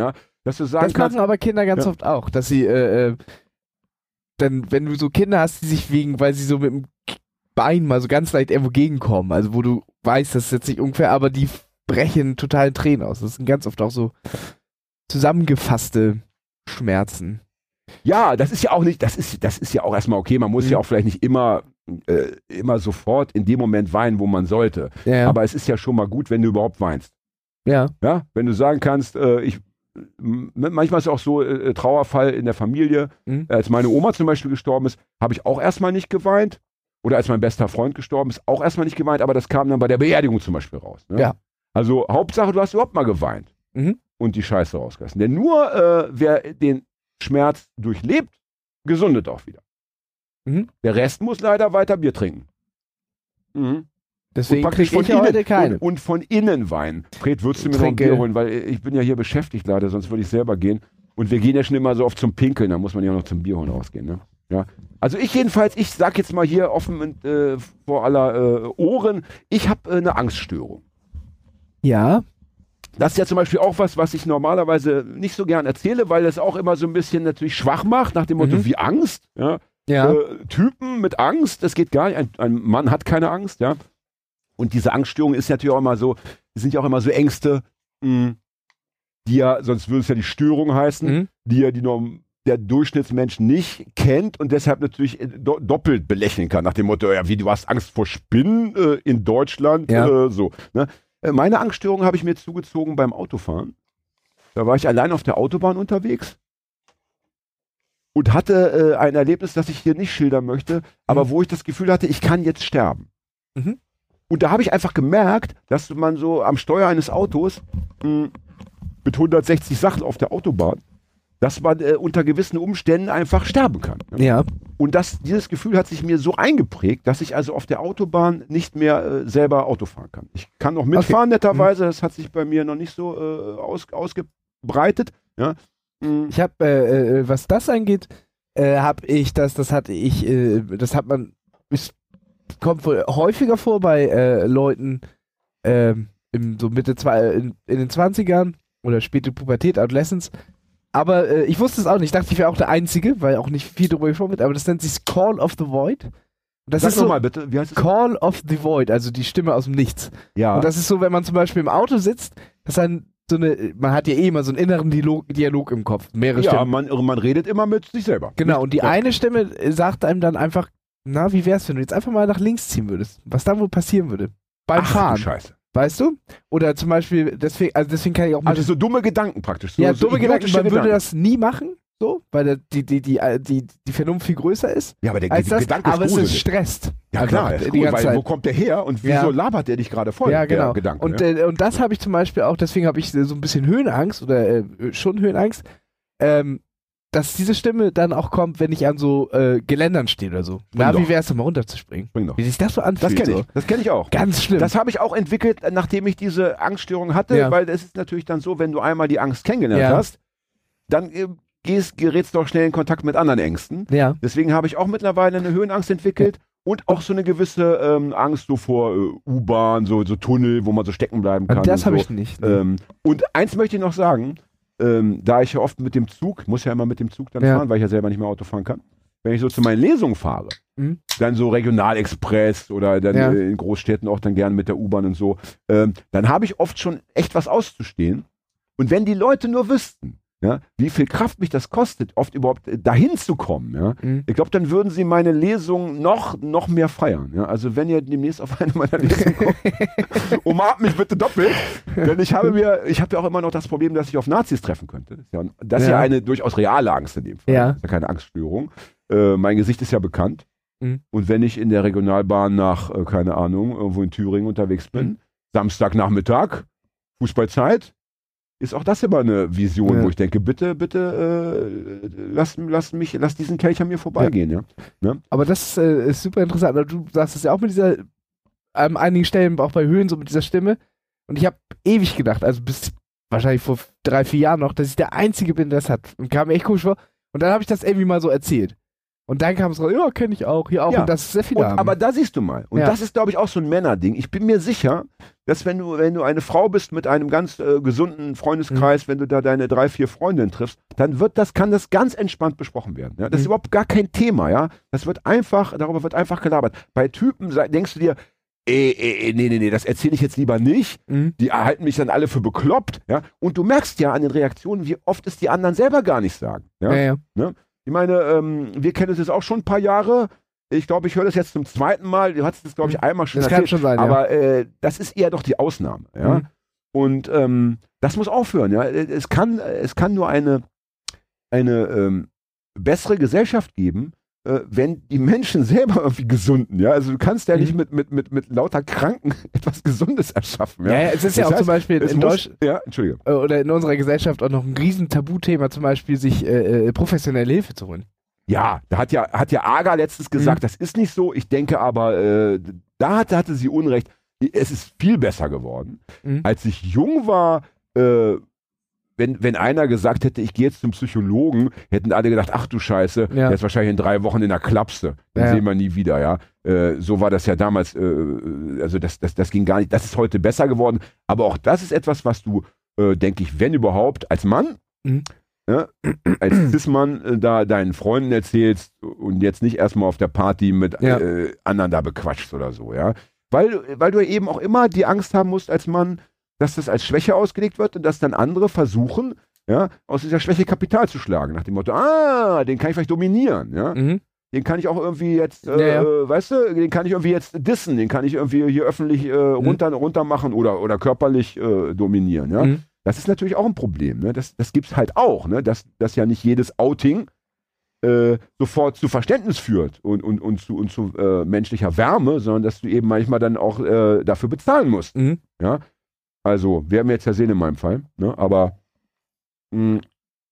Dass du sagen Das kannst, machen aber Kinder ganz ja. oft auch, dass sie, äh, äh, dann, wenn du so Kinder hast, die sich wegen, weil sie so mit dem Bein mal so ganz leicht irgendwo gegenkommen, also wo du weißt, das ist jetzt nicht ungefähr, aber die brechen total in Tränen aus. Das sind ganz oft auch so zusammengefasste Schmerzen. ja, das ist ja auch nicht, das ist, das ist ja auch erstmal okay. Man muss Mhm. ja auch vielleicht nicht immer, äh, immer sofort in dem Moment weinen, wo man sollte. Ja, ja. Aber es ist ja schon mal gut, wenn du überhaupt weinst. ja. Ja, wenn du sagen kannst, äh, ich, m- manchmal ist es auch so, äh, Trauerfall in der Familie. Mhm. Als meine Oma zum Beispiel gestorben ist, habe ich auch erstmal nicht geweint. Oder als mein bester Freund gestorben ist, auch erstmal nicht geweint, aber das kam dann bei der Beerdigung zum Beispiel raus. Ne? Ja. Also Hauptsache, du hast überhaupt mal geweint Mhm. und die Scheiße rausgelassen. Denn nur äh, wer den Schmerz durchlebt, gesundet auch wieder. Mhm. Der Rest muss leider weiter Bier trinken. Mhm. Deswegen praktisch kriege ich von ja heute innen, keine. und, und von innen weinen. Fred, würdest du mir noch ein Trinke. Bier holen, weil ich bin ja hier beschäftigt leider, sonst würde ich selber gehen. Und wir gehen ja schon immer so oft zum Pinkeln, da muss man ja auch noch zum Bier holen rausgehen. Ne? Ja. Also ich jedenfalls, ich sag jetzt mal hier offen und, äh, vor aller äh, Ohren, ich habe äh, eine Angststörung. Ja. Das ist ja zum Beispiel auch was, was ich normalerweise nicht so gern erzähle, weil das auch immer so ein bisschen natürlich schwach macht, nach dem Motto Mhm. wie Angst. Ja? Ja. Äh, Typen mit Angst, das geht gar nicht. Ein, ein Mann hat keine Angst, ja. Und diese Angststörung ist natürlich auch immer so, sind ja auch immer so Ängste, mh, die ja, sonst würde es ja die Störung heißen, Mhm. die ja die Norm, der Durchschnittsmensch nicht kennt und deshalb natürlich äh, do, doppelt belächeln kann, nach dem Motto, ja, wie du hast Angst vor Spinnen äh, in Deutschland, Ja. äh, so. Ne? Äh, Meine Angststörung habe ich mir zugezogen beim Autofahren. Da war ich allein auf der Autobahn unterwegs und hatte äh, ein Erlebnis, das ich hier nicht schildern möchte, aber Mhm. wo ich das Gefühl hatte, ich kann jetzt sterben. Mhm. Und da habe ich einfach gemerkt, dass man so am Steuer eines Autos mh, mit hundertsechzig Sachen auf der Autobahn, dass man äh, unter gewissen Umständen einfach sterben kann. Ne? Ja. Und das, dieses Gefühl hat sich mir so eingeprägt, dass ich also auf der Autobahn nicht mehr äh, selber Auto fahren kann. Ich kann noch mitfahren, netterweise, das hat sich bei mir noch nicht so äh, aus, ausgebreitet. Ja? Mhm. Ich habe, äh, äh, was das angeht, äh, habe ich das, das hatte ich, äh, das hat man, es kommt wohl häufiger vor bei äh, Leuten ähm, im, so Mitte zwei, in, in den zwanzigern oder späte Pubertät, Adolescence. Aber äh, ich wusste es auch nicht. Ich dachte, ich wäre auch der Einzige, weil auch nicht viel darüber gesprochen wird, aber das nennt sich Call of the Void. Und das Sag ist so nochmal bitte, wie heißt es? Call of the Void, also die Stimme aus dem Nichts. Ja. Und das ist so, wenn man zum Beispiel im Auto sitzt, dass dann so eine, man hat ja eh immer so einen inneren Dialog, Dialog im Kopf, mehrere ja, Stimmen. man, man redet immer mit sich selber. Genau, und die Ja. eine Stimme äh, sagt einem dann einfach, na, wie wär's, wenn du jetzt einfach mal nach links ziehen würdest? Was dann wohl passieren würde? Beim Ach, du Fahren, Scheiße. weißt du? Oder zum Beispiel, deswegen, also deswegen kann ich auch mit Also so dumme Gedanken praktisch. So, ja, so dumme Gedanken, idiotische man würde Gedanken. das nie machen, so, weil der, die, die, die, äh, die, die Vernunft viel größer ist Ja, aber der als Ge- das, Gedanke aber ist es ist gruselig. stresst. Ja Einfach klar, ist die gut, ganze weil Zeit. wo kommt der her und wieso Ja. labert der dich gerade voll, Ja, genau. der Gedanke. Und, ja? äh, und das habe ich zum Beispiel auch, deswegen habe ich so ein bisschen Höhenangst oder äh, schon Höhenangst, ähm, dass diese Stimme dann auch kommt, wenn ich an so äh, Geländern stehe oder so. Na, doch. wie wär's denn mal runterzuspringen? Bring doch. Wie sich das so anfühlt. Das kenne so. ich, das kenne ich auch. Ganz schlimm. Das habe ich auch entwickelt, nachdem ich diese Angststörung hatte, Ja. weil es ist natürlich dann so, wenn du einmal die Angst kennengelernt Ja. hast, dann äh, gehst, gerätst du auch schnell in Kontakt mit anderen Ängsten. ja. Deswegen habe ich auch mittlerweile eine Höhenangst entwickelt und auch so eine gewisse ähm, Angst so vor äh, U-Bahn, so, so Tunnel, wo man so stecken bleiben kann. Das und habe so. ich nicht. Ähm, und eins möchte ich noch sagen, ähm, da ich ja oft mit dem Zug, muss ja immer mit dem Zug dann Ja. fahren, weil ich ja selber nicht mehr Auto fahren kann, wenn ich so zu meinen Lesungen fahre, Mhm. dann so Regionalexpress oder dann Ja. äh, in Großstädten auch dann gerne mit der U-Bahn und so, ähm, dann habe ich oft schon echt was auszustehen. Und wenn die Leute nur wüssten, ja, wie viel Kraft mich das kostet, oft überhaupt äh, dahin zu kommen, ja, Mhm. ich glaube, dann würden sie meine Lesung noch, noch mehr feiern. Ja? Also wenn ihr demnächst auf eine meiner Lesungen kommt, umarmt mich bitte doppelt, denn ich habe mir, ich habe ja auch immer noch das Problem, dass ich auf Nazis treffen könnte. Das ist ja, das ist ja Ja. eine durchaus reale Angst in dem Fall. Ja. Das ist ja keine Angststörung. Äh, mein Gesicht ist ja bekannt. Mhm. Und wenn ich in der Regionalbahn nach, äh, keine Ahnung, irgendwo in Thüringen unterwegs bin, Mhm. Samstagnachmittag, Fußballzeit, ist auch das immer eine Vision, Ja. wo ich denke, bitte, bitte, äh, lass, lass mich, lass diesen Kelch an mir vorbeigehen, ja. Ne? Aber das äh, ist super interessant. Aber du sagst es ja auch mit dieser, an einigen Stellen, auch bei Höhen, so mit dieser Stimme. Und ich habe ewig gedacht, also bis wahrscheinlich vor drei, vier Jahren noch, dass ich der Einzige bin, der das hat. Und kam mir echt komisch vor. Und dann habe ich das irgendwie mal so erzählt. Und dann kam es raus, ja, kenne ich auch, hier auch. Ja. Und das ist sehr viel und, haben. Aber da siehst du mal. Und Ja. das ist, glaube ich, auch so ein Männerding. Ich bin mir sicher, dass wenn du, wenn du eine Frau bist mit einem ganz äh, gesunden Freundeskreis, mhm. wenn du da deine drei, vier Freundinnen triffst, dann wird das, kann das ganz entspannt besprochen werden. Ja? Das mhm. ist überhaupt gar kein Thema, ja. Das wird einfach, darüber wird einfach gelabert. Bei Typen denkst du dir, ey, ey, nee, nee, nee, das erzähle ich jetzt lieber nicht. Mhm. Die halten mich dann alle für bekloppt, ja. Und du merkst ja an den Reaktionen, wie oft es die anderen selber gar nicht sagen. Ja, ja, ja. Ne? Ich meine, ähm, wir kennen es jetzt auch schon ein paar Jahre. Ich glaube, ich höre das jetzt zum zweiten Mal. Du hast es, glaube ich, einmal schon das erzählt. Kann schon sein, aber ja. äh, das ist eher doch die Ausnahme. Ja? Mhm. Und ähm, das muss aufhören. Ja? Es kann, es kann nur eine, eine ähm, bessere Gesellschaft geben, äh, wenn die Menschen selber irgendwie gesunden. Ja? Also du kannst ja mhm. nicht mit, mit, mit, mit lauter Kranken etwas Gesundes erschaffen. Ja, ja, ja es ist das ja auch heißt, zum Beispiel in Deutschland ja, Entschuldige. oder in unserer Gesellschaft auch noch ein riesen Tabuthema, zum Beispiel sich äh, professionelle Hilfe zu holen. Ja, da hat ja, hat ja Aga letztens gesagt, mhm. das ist nicht so. Ich denke aber, äh, da hatte, hatte sie Unrecht. Es ist viel besser geworden. Mhm. Als ich jung war, äh, wenn, wenn einer gesagt hätte, ich gehe jetzt zum Psychologen, hätten alle gedacht, ach du Scheiße, ja. der ist wahrscheinlich in drei Wochen in der Klapse. Den ja. sehen wir nie wieder, ja. Äh, so war das ja damals, äh, also das, das, das ging gar nicht. Das ist heute besser geworden. Aber auch das ist etwas, was du, äh, denke ich, wenn überhaupt, als Mann, mhm. Ja, als Cis-Mann äh, da deinen Freunden erzählst und jetzt nicht erstmal auf der Party mit ja. äh, anderen da bequatschst oder so, ja. Weil, weil du eben auch immer die Angst haben musst als Mann, dass das als Schwäche ausgelegt wird und dass dann andere versuchen, ja, aus dieser Schwäche Kapital zu schlagen. Nach dem Motto, ah, den kann ich vielleicht dominieren, ja. Mhm. Den kann ich auch irgendwie jetzt, äh, ja, ja. weißt du, den kann ich irgendwie jetzt dissen, den kann ich irgendwie hier öffentlich äh, runter, mhm. runter machen oder, oder körperlich äh, dominieren, ja. Mhm. Das ist natürlich auch ein Problem, ne? Das, das gibt es halt auch, ne? Dass, dass ja nicht jedes Outing äh, sofort zu Verständnis führt und, und, und zu, und zu äh, menschlicher Wärme, sondern dass du eben manchmal dann auch äh, dafür bezahlen musst. Mhm. Ja? Also, werden wir jetzt ja sehen in meinem Fall, ne? Aber mh,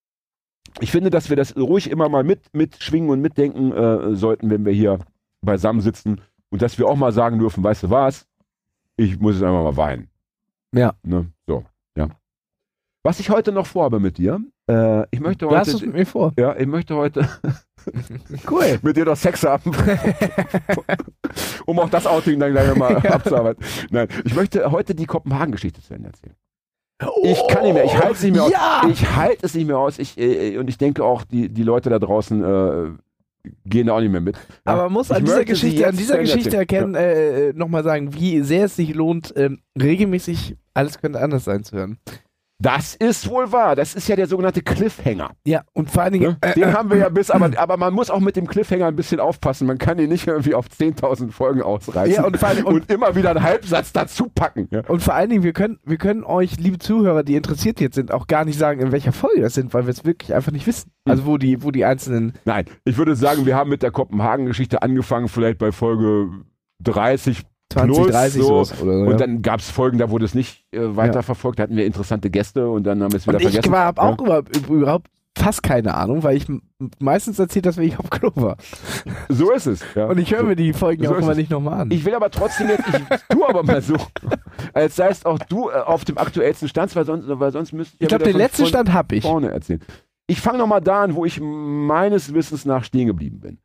ich finde, dass wir das ruhig immer mal mit, mitschwingen und mitdenken äh, sollten, wenn wir hier beisammen sitzen und dass wir auch mal sagen dürfen, weißt du was, ich muss jetzt einfach mal weinen. Ja. Ne? So, ja. Was ich heute noch vorhabe mit dir, äh, ich möchte heute... Lass es mit mir vor. Ja, ich möchte heute cool. mit dir noch Sex haben, um auch das Outing dann gleich mal abzuarbeiten. Nein, ich möchte heute die Kopenhagen-Geschichte zu Ende erzählen. Oh, ich kann nicht mehr, ich halte es nicht mehr ja! aus. Ich halte es nicht mehr aus. Ich, äh, und ich denke auch, die, die Leute da draußen äh, gehen da auch nicht mehr mit. Ja? Aber man muss an dieser Geschichte, an dieser Geschichte erkennen, ja. äh, nochmal sagen, wie sehr es sich lohnt, ähm, regelmäßig Alles könnte anders sein zu hören. Das ist wohl wahr. Das ist ja der sogenannte Cliffhanger. Ja, und vor allen Dingen... Ne? Den äh, haben wir ja bis, aber, aber man muss auch mit dem Cliffhanger ein bisschen aufpassen. Man kann ihn nicht irgendwie auf zehntausend Folgen ausreißen ja, und, vor allen Dingen, und, und immer wieder einen Halbsatz dazu packen. Ja? Und vor allen Dingen, wir können, wir können euch, liebe Zuhörer, die interessiert jetzt sind, auch gar nicht sagen, in welcher Folge das sind, weil wir es wirklich einfach nicht wissen. Also wo die, wo die einzelnen... Nein, ich würde sagen, wir haben mit der Kopenhagen-Geschichte angefangen, vielleicht bei Folge dreißig zwanzig, plus, dreißig so. sowas. Oder so, und ja. dann gab es Folgen, da wurde es nicht äh, weiterverfolgt. Da hatten wir interessante Gäste und dann haben wir es wieder und ich vergessen. Ich habe auch ja. über, überhaupt fast keine Ahnung, weil ich meistens erzählt, dass ich auf Klo war. So ist es. Ja. Und ich höre so, mir die Folgen so auch immer nicht nochmal an. Ich will aber trotzdem jetzt, ich tue aber mal so, als seist auch du äh, auf dem aktuellsten Stand, weil sonst, weil sonst müsste ich Ich glaube, den letzten Stand habe ich. Vorne erzählen. Ich fange nochmal da an, wo ich meines Wissens nach stehen geblieben bin.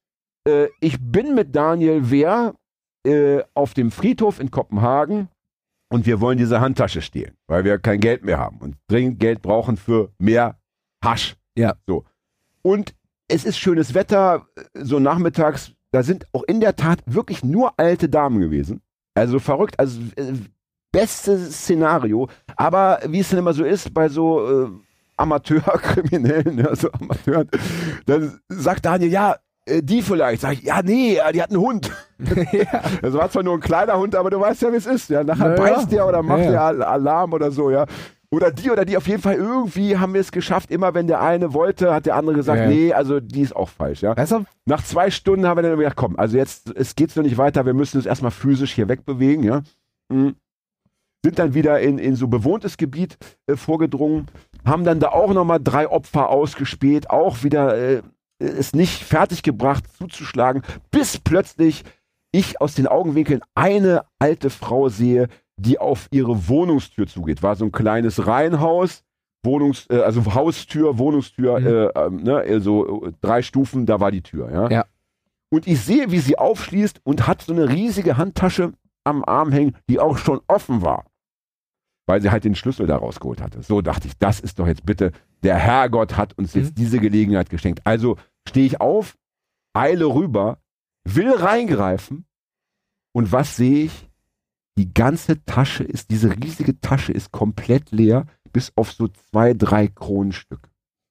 Äh, ich bin mit Daniel Wehr äh, auf dem Friedhof in Kopenhagen und wir wollen diese Handtasche stehlen, weil wir kein Geld mehr haben und dringend Geld brauchen für mehr Hasch. Ja. So. Und es ist schönes Wetter, so nachmittags, da sind auch in der Tat wirklich nur alte Damen gewesen. Also verrückt, also äh, bestes Szenario. Aber wie es dann immer so ist, bei so äh, Amateurkriminellen, ja, so Amateuren, dann sagt Daniel, ja, äh, die vielleicht. Sag ich, ja, nee, die hat einen Hund. Ja. Das war zwar nur ein kleiner Hund, aber du weißt ja, wie es ist. Ja? Nachher Na, beißt ja. der oder macht ja. der Alarm oder so, ja. Oder die oder die, auf jeden Fall irgendwie haben wir es geschafft. Immer wenn der eine wollte, hat der andere gesagt, ja. nee, also die ist auch falsch. Ja? Also, Nach zwei Stunden haben wir dann gesagt, komm, also jetzt, es geht so nicht weiter, wir müssen uns erstmal physisch hier wegbewegen. Ja? Mhm. Sind dann wieder in, in so bewohntes Gebiet äh, vorgedrungen, haben dann da auch nochmal drei Opfer ausgespäht, auch wieder äh, es nicht fertiggebracht zuzuschlagen, bis plötzlich ich aus den Augenwinkeln eine alte Frau sehe, die auf ihre Wohnungstür zugeht. War so ein kleines Reihenhaus, Wohnungs, äh, also Haustür, Wohnungstür, Mhm. äh, ähm, ne, so drei Stufen, da war die Tür, ja. Ja. Und ich sehe, wie sie aufschließt und hat so eine riesige Handtasche am Arm hängen, die auch schon offen war. Weil sie halt den Schlüssel da rausgeholt hatte. So dachte ich, das ist doch jetzt bitte, der Herrgott hat uns jetzt Mhm. diese Gelegenheit geschenkt. Also stehe ich auf, eile rüber, will reingreifen und was sehe ich? Die ganze Tasche ist, diese riesige Tasche ist komplett leer, bis auf so zwei, drei Kronenstück.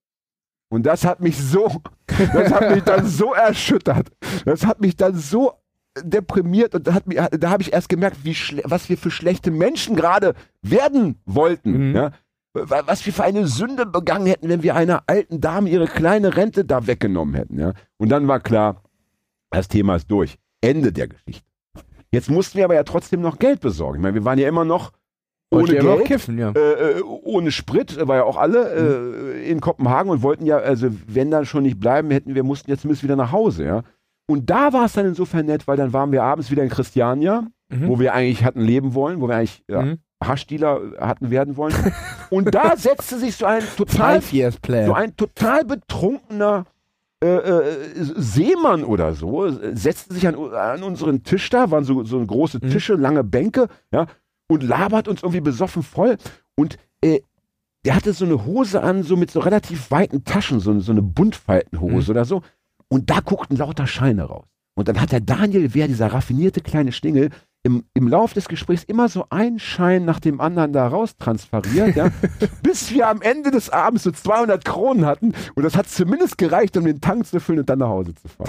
Und das hat mich so, das hat mich dann so erschüttert. Das hat mich dann so deprimiert und da, hat mich, da habe ich erst gemerkt, wie schle- was wir für schlechte Menschen gerade werden wollten. Mhm. Ja? Was wir für eine Sünde begangen hätten, wenn wir einer alten Dame ihre kleine Rente da weggenommen hätten. Ja? Und dann war klar, das Thema ist durch. Ende der Geschichte. Jetzt mussten wir aber ja trotzdem noch Geld besorgen. Ich meine, wir waren ja immer noch ohne Wollt ihr aber auch Geld, kiffen, ja. äh, ohne Sprit, war ja auch alle äh, in Kopenhagen und wollten ja, also wenn dann schon nicht bleiben hätten, wir mussten jetzt zumindest wieder nach Hause, ja. Und da war es dann insofern nett, weil dann waren wir abends wieder in Christiania, Mhm. wo wir eigentlich hatten leben wollen, wo wir eigentlich ja, Mhm. Haschdealer hatten werden wollen. Und da setzte sich so ein total, Five Years Plan. so ein total betrunkener äh, äh, Seemann oder so, setzte sich an, an unseren Tisch da, waren so, so große Mhm. Tische, lange Bänke, ja, und labert uns irgendwie besoffen voll. Und äh, der hatte so eine Hose an, so mit so relativ weiten Taschen, so, so eine Buntfaltenhose Mhm. oder so. Und da guckten lauter Scheine raus. Und dann hat der Daniel Wehr, dieser raffinierte kleine Stingel, im, im Lauf des Gesprächs immer so einen Schein nach dem anderen da raus transferiert, ja, bis wir am Ende des Abends so zweihundert Kronen hatten. Und das hat zumindest gereicht, um den Tank zu füllen und dann nach Hause zu fahren.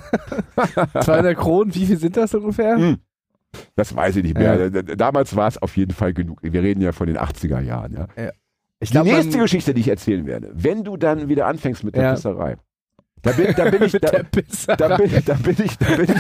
Ja. zweihundert Kronen, wie viel sind das ungefähr? Mhm. Das weiß ich nicht mehr. Ja. D- d- Damals war es auf jeden Fall genug. Wir reden ja von den achtziger Jahren. Ja. Ich Die glaub, nächste man- Geschichte, die ich erzählen werde, wenn du dann wieder anfängst mit der Ja. Pisserei, da bin, da bin ich, mit da, der Pizza. da bin, da bin ich, da bin ich,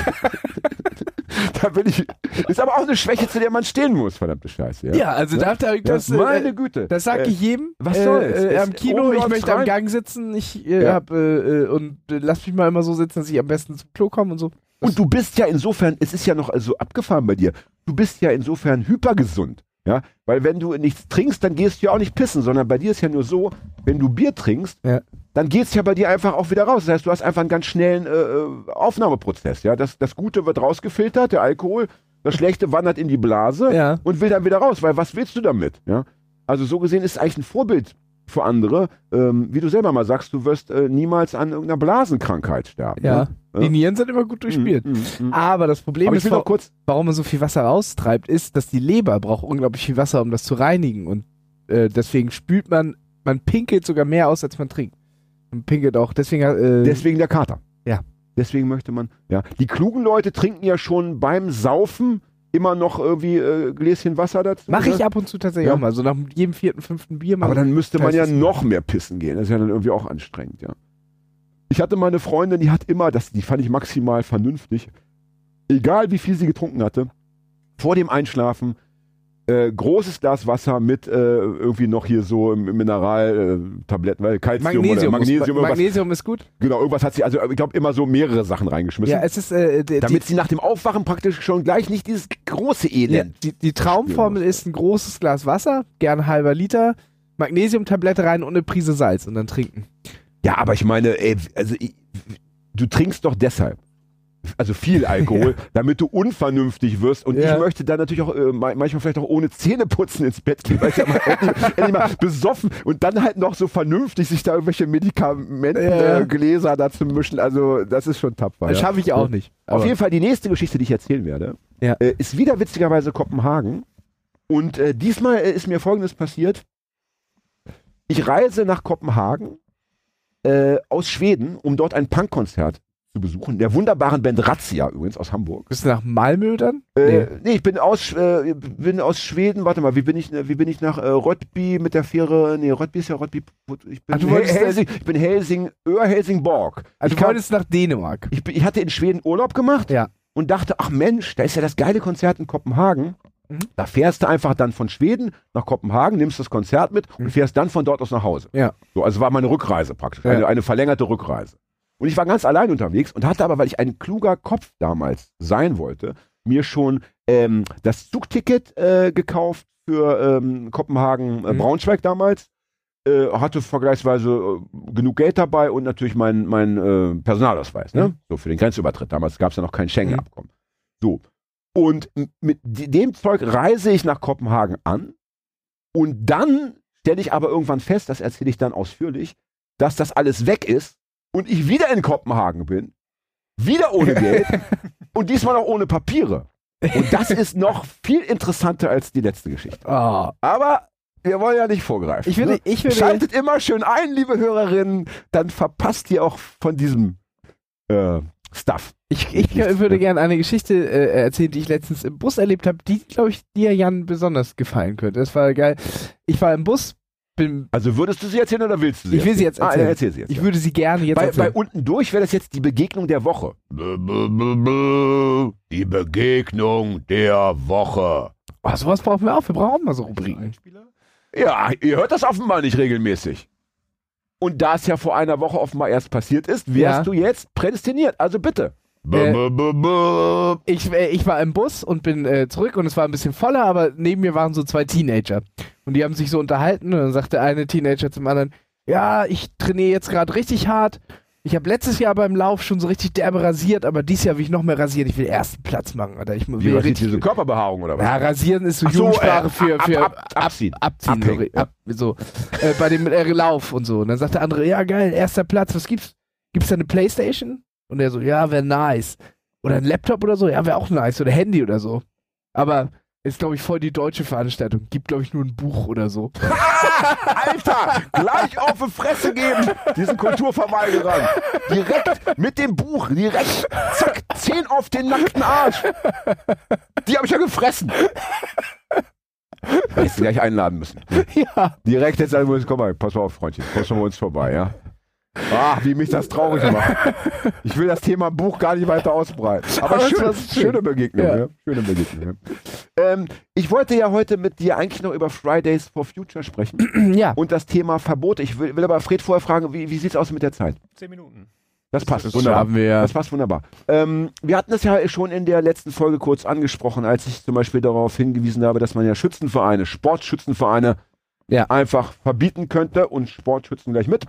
da bin ich, ist aber auch eine Schwäche, zu der man stehen muss, verdammte Scheiße. Ja, Ja, also da da das, ja, meine äh, Güte. das sag Äh, ich jedem. was äh, soll's? Äh, Es- am Kino, ohne ich uns möchte am rein- Gang sitzen, ich äh, Ja. hab äh, äh, und äh, lass mich mal immer so sitzen, dass ich am besten zum Klo komme und so. Und du bist ja insofern, es ist ja noch also abgefahren bei dir, du bist ja insofern hypergesund. Ja, weil wenn du nichts trinkst, dann gehst du ja auch nicht pissen, sondern bei dir ist ja nur so, wenn du Bier trinkst, Ja. dann geht's ja bei dir einfach auch wieder raus. Das heißt, du hast einfach einen ganz schnellen äh, Aufnahmeprozess. Ja, das, das Gute wird rausgefiltert, der Alkohol, das Schlechte wandert in die Blase Ja. und will dann wieder raus, weil was willst du damit? Ja, also so gesehen ist es eigentlich ein Vorbild für andere, ähm, wie du selber mal sagst, du wirst äh, niemals an irgendeiner Blasenkrankheit sterben. Ja. Ne? Die Nieren sind immer gut durchspielt. Mm, mm, mm. Aber das Problem Aber ist, ich will wa- noch kurz, warum man so viel Wasser raustreibt, ist, dass die Leber braucht unglaublich viel Wasser, um das zu reinigen. Und äh, deswegen spült man, man pinkelt sogar mehr aus, als man trinkt. Man pinkelt auch, deswegen... Äh, deswegen der Kater. Ja. Deswegen möchte man, ja. Die klugen Leute trinken ja schon beim Saufen immer noch irgendwie äh, Gläschen Wasser dazu. Mache ich ne? ab und zu tatsächlich Ja. auch mal. So nach jedem vierten, fünften Bier mal. Aber dann müsste man heißt ja es- noch mehr pissen gehen. Das ist ja dann irgendwie auch anstrengend, ja. Ich hatte meine Freundin, die hat immer, das, die fand ich maximal vernünftig, egal wie viel sie getrunken hatte, vor dem Einschlafen äh, großes Glas Wasser mit äh, irgendwie noch hier so Mineraltabletten, weil Calcium Magnesium, oder Magnesium, muss, irgendwas, Magnesium ist gut. genau, irgendwas hat sie, also ich glaube immer so mehrere Sachen reingeschmissen. Ja, es ist äh, die, damit sie nach dem Aufwachen praktisch schon gleich nicht dieses große die, ja, Elend. die, die Traumformel spüren muss. ist ein großes Glas Wasser, gern ein halber Liter, Magnesiumtablette rein und eine Prise Salz und dann trinken. Ja, aber ich meine, ey, also ich, du trinkst doch deshalb. Also viel Alkohol, damit du unvernünftig wirst. Und Ja. ich möchte dann natürlich auch äh, ma- manchmal vielleicht auch ohne Zähneputzen ins Bett gehen, weil ich ja mal endlich, endlich mal besoffen und dann halt noch so vernünftig sich da irgendwelche Medikamentengläser Ja. äh, Gläser dazu mischen. Also das ist schon tapfer. Das Ja. schaffe ich auch nicht. Auf Aber- jeden Fall die nächste Geschichte, die ich erzählen werde, Ja. äh, ist wieder witzigerweise Kopenhagen. Und äh, diesmal äh, ist mir Folgendes passiert. Ich reise nach Kopenhagen äh, aus Schweden, um dort ein Punkkonzert zu besuchen. Der wunderbaren Band Razzia übrigens aus Hamburg. Bist du nach Malmö dann? Äh, nee. ich bin aus, äh, bin aus Schweden. Warte mal, wie bin ich, wie bin ich nach äh, Rödby mit der Fähre? Nee, Rödby ist ja Rödby. Ich bin, Ach, du wolltest- Helsing, ich bin Helsing, Öhr, Helsingborg. Also ich, du kam, wolltest nach Dänemark. ich, bin- ich hatte in Schweden Urlaub gemacht Ja. und dachte, ach Mensch, da ist ja das geile Konzert in Kopenhagen. Mhm. Da fährst du einfach dann von Schweden nach Kopenhagen, nimmst das Konzert mit und Mhm. fährst dann von dort aus nach Hause. Ja. So, also war meine Rückreise praktisch, Ja. eine, eine verlängerte Rückreise. Und ich war ganz allein unterwegs und hatte aber, weil ich ein kluger Kopf damals sein wollte, mir schon ähm, das Zugticket äh, gekauft für ähm, Kopenhagen, äh, Mhm. Braunschweig damals. äh, hatte vergleichsweise äh, genug Geld dabei und natürlich mein, mein äh, Personalausweis, ne? Mhm. So für den Grenzübertritt. Damals gab es ja noch kein Schengen-Abkommen. So. Und m- mit dem Zeug reise ich nach Kopenhagen an und dann stelle ich aber irgendwann fest, das erzähle ich dann ausführlich, dass das alles weg ist und ich wieder in Kopenhagen bin, wieder ohne Geld und diesmal auch ohne Papiere. Und das ist noch viel interessanter als die letzte Geschichte. Oh. Aber wir wollen ja nicht vorgreifen. Ich würde, ne? ich würde Schaltet immer schön ein, liebe Hörerinnen, dann verpasst ihr auch von diesem äh, Stuff. Ich, ich würde gerne eine Geschichte äh, erzählen, die ich letztens im Bus erlebt habe, die, glaube ich, dir, Jan, besonders gefallen könnte. Das war geil. Ich war im Bus, bin... Also würdest du sie erzählen oder willst du sie Ich will sie jetzt erzählen? erzählen. Ah, erzähl sie jetzt. Ich ja. würde sie gerne jetzt bei, erzählen. bei unten durch wäre das jetzt die Begegnung der Woche. Die Begegnung der Woche. Oh, sowas brauchen wir auch. Wir brauchen auch mal so Rubriken. Ja, ihr hört das offenbar nicht regelmäßig. Und da es ja vor einer Woche offenbar erst passiert ist, wärst Ja. du jetzt prädestiniert. Also bitte. Äh, Ich, äh, ich war im Bus und bin äh, zurück und es war ein bisschen voller, aber neben mir waren so zwei Teenager. Und die haben sich so unterhalten und dann sagte der eine Teenager zum anderen, ja, ich trainiere jetzt gerade richtig hart. Ich habe letztes Jahr beim Lauf schon so richtig derbe rasiert, aber dieses Jahr will ich noch mehr rasieren. Ich will ersten Platz machen, Alter. Ich will Wie rasiert richtig... diese Körperbehaarung oder was? Ja, rasieren ist so Ach so, Jugendsprache äh, für, ab- für ab- ab- abziehen. Ab, abziehen. Abhängen, so, ab, so. Äh, bei dem äh, Lauf und so. Und dann sagt der andere, ja geil, erster Platz, was gibt's? Gibt's da eine Playstation? Und er so, ja, wäre nice. Oder ein Laptop oder so, ja, wäre auch nice. Oder Handy oder so. Aber ist, glaube ich, voll die deutsche Veranstaltung. Gibt, glaube ich, nur ein Buch oder so. Alter, gleich auf die Fresse geben, diesen Kulturverweigerern. Direkt mit dem Buch, direkt, zack, zehn auf den nackten Arsch. Die habe ich ja gefressen. Hättest du gleich einladen müssen. Ja. Direkt jetzt sagen wir, komm mal, pass mal auf, Freundchen, komm schon bei uns vorbei, ja? Ach, wie mich das traurig macht. Ich will das Thema Buch gar nicht weiter ausbreiten. Aber, Aber es schön, war schön. schöne Begegnung. Ja. Ja. Schöne Begegnung. Ja. Ähm, ich wollte ja heute mit dir eigentlich noch über Fridays for Future sprechen Ja. und das Thema Verbote. Ich will, will aber Fred vorher fragen, wie, wie sieht es aus mit der Zeit? Zehn Minuten. Das passt, Das wunderbar. haben wir ja. Das passt wunderbar. Ähm, wir hatten das ja schon in der letzten Folge kurz angesprochen, als ich zum Beispiel darauf hingewiesen habe, dass man ja Schützenvereine, Sportschützenvereine Ja. einfach verbieten könnte und Sportschützen gleich mit.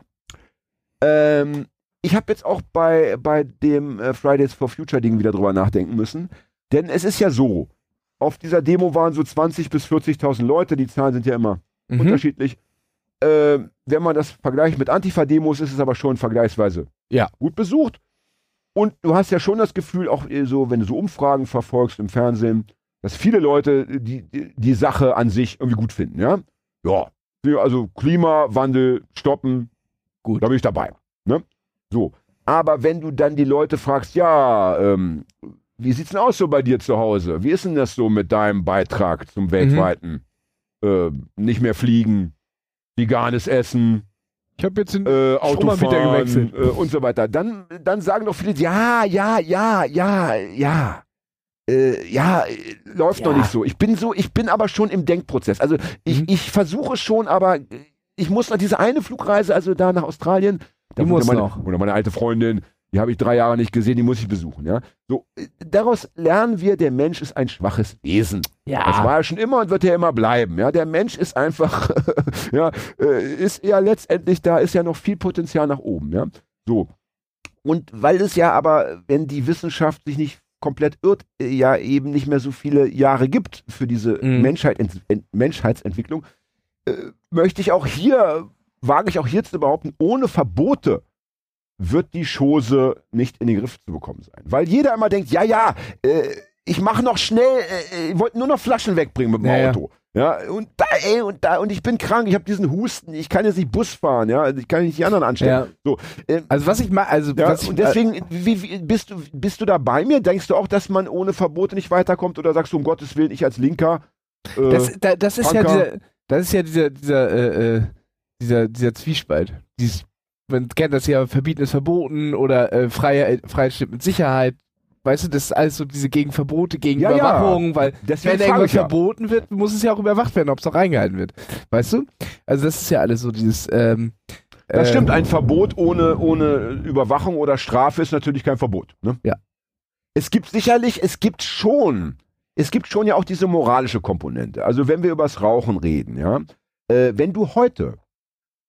Ähm, ich habe jetzt auch bei, bei dem äh, Fridays for Future Ding wieder drüber nachdenken müssen, denn es ist ja so, auf dieser Demo waren so zwanzigtausend bis vierzigtausend Leute, die Zahlen sind ja immer Mhm. unterschiedlich. Ähm, wenn man das vergleicht mit Antifa-Demos, ist es aber schon vergleichsweise Ja. gut besucht. Und du hast ja schon das Gefühl, auch äh, so, wenn du so Umfragen verfolgst im Fernsehen, dass viele Leute die, die, die Sache an sich irgendwie gut finden, ja? Ja, also Klimawandel stoppen, Gut. da bin ich dabei, ne? So. Aber wenn du dann die Leute fragst, ja, ähm, wie sieht's denn aus so bei dir zu Hause? Wie ist denn das so mit deinem Beitrag zum weltweiten äh, nicht mehr fliegen, veganes Essen, Ich habe jetzt den äh, Stromanbieter Autofahren gewechselt. äh, und so weiter. Dann, dann sagen doch viele, ja, ja, ja, ja, ja. Äh, ja, äh, läuft Ja. noch nicht so. Ich bin so, ich bin aber schon im Denkprozess. Also ich, Mhm. ich versuche schon, aber ich muss noch diese eine Flugreise, also da nach Australien, da Die wohnt muss meine, noch. Oder meine alte Freundin, die habe ich drei Jahre nicht gesehen, die muss ich besuchen. Ja? So, äh, daraus lernen wir, der Mensch ist ein schwaches Wesen. Ja. Das war er schon immer und wird er immer bleiben. Ja, der Mensch ist einfach, ja, äh, ist ja letztendlich, da ist ja noch viel Potenzial nach oben. Ja, so. Und weil es ja aber, wenn die Wissenschaft sich nicht komplett irrt, äh, ja eben nicht mehr so viele Jahre gibt für diese Mhm. Menschheit, Ent, Ent, Menschheitsentwicklung, äh, möchte ich auch hier, wage ich auch hier zu behaupten, ohne Verbote wird die Chose nicht in den Griff zu bekommen sein. Weil jeder immer denkt, ja, ja, äh, ich mache noch schnell, äh, ich wollte nur noch Flaschen wegbringen mit dem Ja, ja. Auto. Ja, und da, ey, und da, und ich bin krank, ich habe diesen Husten, ich kann jetzt nicht Bus fahren, ja, also ich kann nicht die anderen anstellen. Ja. So, äh, Also was ich mal, also ja, was ich, und deswegen, wie, wie, bist, du, bist du da bei mir? Denkst du auch, dass man ohne Verbote nicht weiterkommt? Oder sagst du, um Gottes Willen, ich als Linker? Äh, das, da, das ist ja Franka. dieser, das ist ja dieser, dieser, äh, äh, dieser, dieser Zwiespalt. Dieses, man kennt das ja, verbieten ist verboten oder äh, freier, Freiheit mit Sicherheit. Weißt du, das ist alles so diese gegen Verbote, gegen Ja, ja. Überwachung, weil Deswegen wenn frage irgendwas ich ja. verboten wird, muss es ja auch überwacht werden, ob es auch eingehalten wird. Weißt du? Also das ist ja alles so dieses, ähm, Das äh, stimmt, ein Verbot ohne, ohne Überwachung oder Strafe ist natürlich kein Verbot. Ne? Ja. Es gibt sicherlich, es gibt schon, es gibt schon ja auch diese moralische Komponente. Also wenn wir übers Rauchen reden, ja, äh, wenn du heute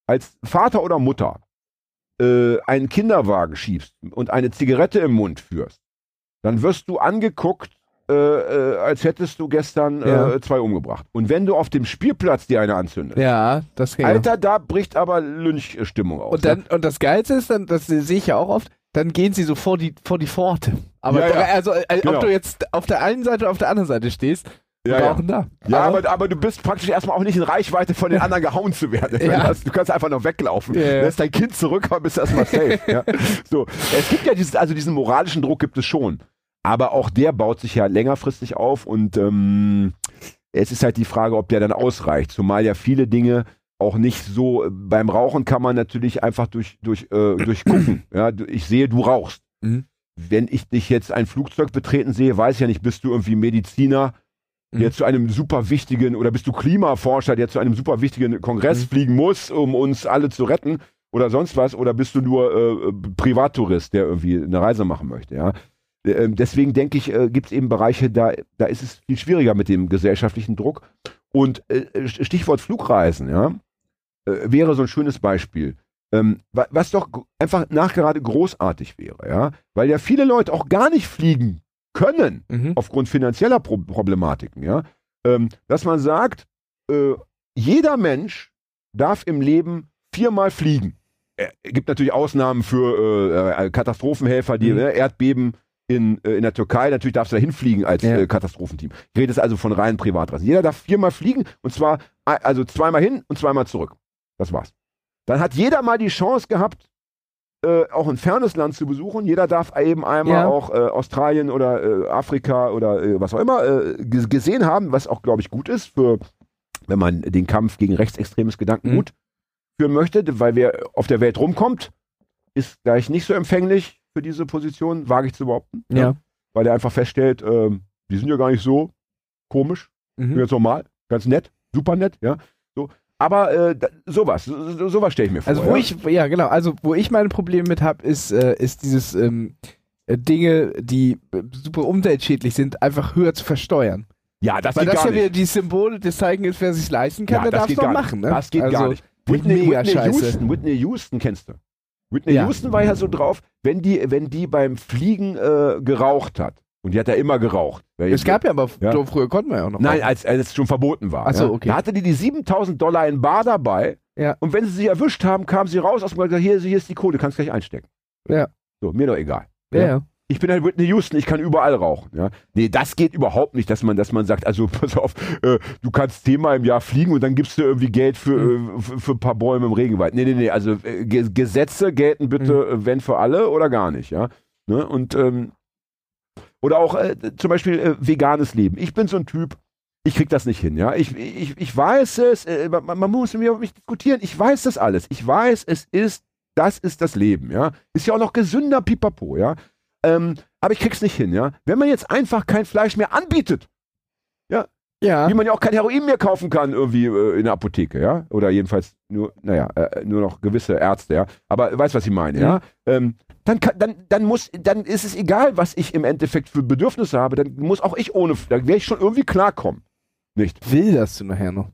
als Vater oder Mutter äh, einen Kinderwagen schiebst und eine Zigarette im Mund führst, dann wirst du angeguckt, äh, äh, als hättest du gestern Ja. äh, zwei umgebracht. Und wenn du auf dem Spielplatz dir eine anzündest, Ja, das geht. Alter, da bricht aber Lynchstimmung aus. Und, dann, und das Geilste ist dann, das sehe ich ja auch oft, dann gehen sie so vor die, vor die Pforte. Aber Ja, ja. also, äh, Genau. ob du jetzt auf der einen Seite oder auf der anderen Seite stehst, wir Ja, ja. brauchen da. Ja, aber, aber du bist praktisch erstmal auch nicht in Reichweite von den anderen gehauen zu werden. Ja. Du kannst einfach noch weglaufen. Ja, ja. Lässt dein Kind zurück, aber bist erstmal safe. Ja. So. Es gibt ja dieses, also diesen moralischen Druck gibt es schon. Aber auch der baut sich ja längerfristig auf und ähm, es ist halt die Frage, ob der dann ausreicht. Zumal ja viele Dinge auch nicht so, beim Rauchen kann man natürlich einfach durch, durch, äh, durchgucken. Ja, du- ich sehe, du rauchst. Mhm. Wenn ich dich jetzt ein Flugzeug betreten sehe, weiß ich ja nicht, bist du irgendwie Mediziner, der Mhm. zu einem super wichtigen, oder bist du Klimaforscher, der zu einem super wichtigen Kongress Mhm. fliegen muss, um uns alle zu retten oder sonst was, oder bist du nur äh, Privattourist, der irgendwie eine Reise machen möchte, ja. Äh, deswegen denke ich, äh, gibt es eben Bereiche, da, da ist es viel schwieriger mit dem gesellschaftlichen Druck. Und äh, Stichwort Flugreisen, ja, äh, wäre so ein schönes Beispiel. Ähm, wa- was doch g- einfach nachgerade großartig wäre, ja, weil ja viele Leute auch gar nicht fliegen können, Mhm. aufgrund finanzieller Pro Problematiken, ja, ähm, dass man sagt, äh, jeder Mensch darf im Leben viermal fliegen. Es gibt natürlich Ausnahmen für äh, äh, Katastrophenhelfer, die Mhm. äh, Erdbeben in, äh, in der Türkei, natürlich darfst du da hinfliegen als Ja. äh, Katastrophenteam. Ich rede jetzt also von reinen Privatreisen. Jeder darf viermal fliegen und zwar äh, also zweimal hin und zweimal zurück. Das war's. Dann hat jeder mal die Chance gehabt, äh, auch ein fernes Land zu besuchen. Jeder darf eben einmal Ja. auch äh, Australien oder äh, Afrika oder äh, was auch immer äh, ge- gesehen haben, was auch, glaube ich, gut ist, für, wenn man den Kampf gegen rechtsextremes Gedankengut führen möchte, weil wer auf der Welt rumkommt, ist gleich nicht so empfänglich für diese Position, wage ich zu behaupten. Ja. Weil er einfach feststellt, ähm, die sind ja gar nicht so komisch, sind Mhm. jetzt normal, ganz nett, super nett, ja. So. Aber äh, da, sowas, so, so, sowas stelle ich mir vor. Also wo ja? ich, ja genau, also wo ich meine Probleme mit habe, ist, äh, ist dieses ähm, äh, Dinge, die äh, super umweltschädlich sind, einfach höher zu versteuern. Ja, das Weil geht das gar ja wieder nicht. die Symbol des Zeigen ist, wer sich leisten kann, Ja, der das darf es geht doch gar machen. nicht. Ne? Das geht also, gar nicht. Whitney, mega Whitney scheiße. Houston, Whitney Houston kennst du. Whitney Ja. Houston war ja so drauf, wenn die, wenn die beim Fliegen äh, geraucht hat. Und die hat ja immer geraucht. Es gab ja aber, Ja. so früher konnten wir ja auch noch. Nein, rauchen. als, als es schon verboten war. Ach so, ja. okay. Da hatte die die siebentausend Dollar in Bar dabei. Ja. Und wenn sie sich erwischt haben, kamen sie raus aus dem gesagt, hier, hier ist die Kohle, kannst gleich einstecken. Ja. So, mir doch egal. ja, ja. Ich bin halt Whitney Houston, ich kann überall rauchen. Ja? Nee, das geht überhaupt nicht, dass man, dass man sagt, also pass auf, äh, du kannst zehnmal im Jahr fliegen und dann gibst du irgendwie Geld für, Mhm. äh, für, für ein paar Bäume im Regenwald. Nee, nee, nee, also äh, Ge- Gesetze gelten bitte, Mhm. äh, wenn für alle oder gar nicht. Ja? Ne? Und ähm, oder auch äh, zum Beispiel äh, veganes Leben. Ich bin so ein Typ, ich krieg das nicht hin. Ja? Ich, ich, ich weiß es, äh, man, man muss mit mir nicht diskutieren, ich weiß das alles. Ich weiß, es ist, das ist das Leben. Ja? Ist ja auch noch gesünder, pipapo, ja. Ähm, aber ich krieg's nicht hin, ja. Wenn man jetzt einfach kein Fleisch mehr anbietet, Ja. wie man ja auch kein Heroin mehr kaufen kann irgendwie äh, in der Apotheke, ja, oder jedenfalls nur, naja, äh, nur noch gewisse Ärzte, ja. Aber weißt was ich meine, ja. Ähm, dann, kann, dann, dann muss, dann ist es egal, was ich im Endeffekt für Bedürfnisse habe. Dann muss auch ich ohne, dann werde ich schon irgendwie klarkommen, nicht? Will das du nachher noch?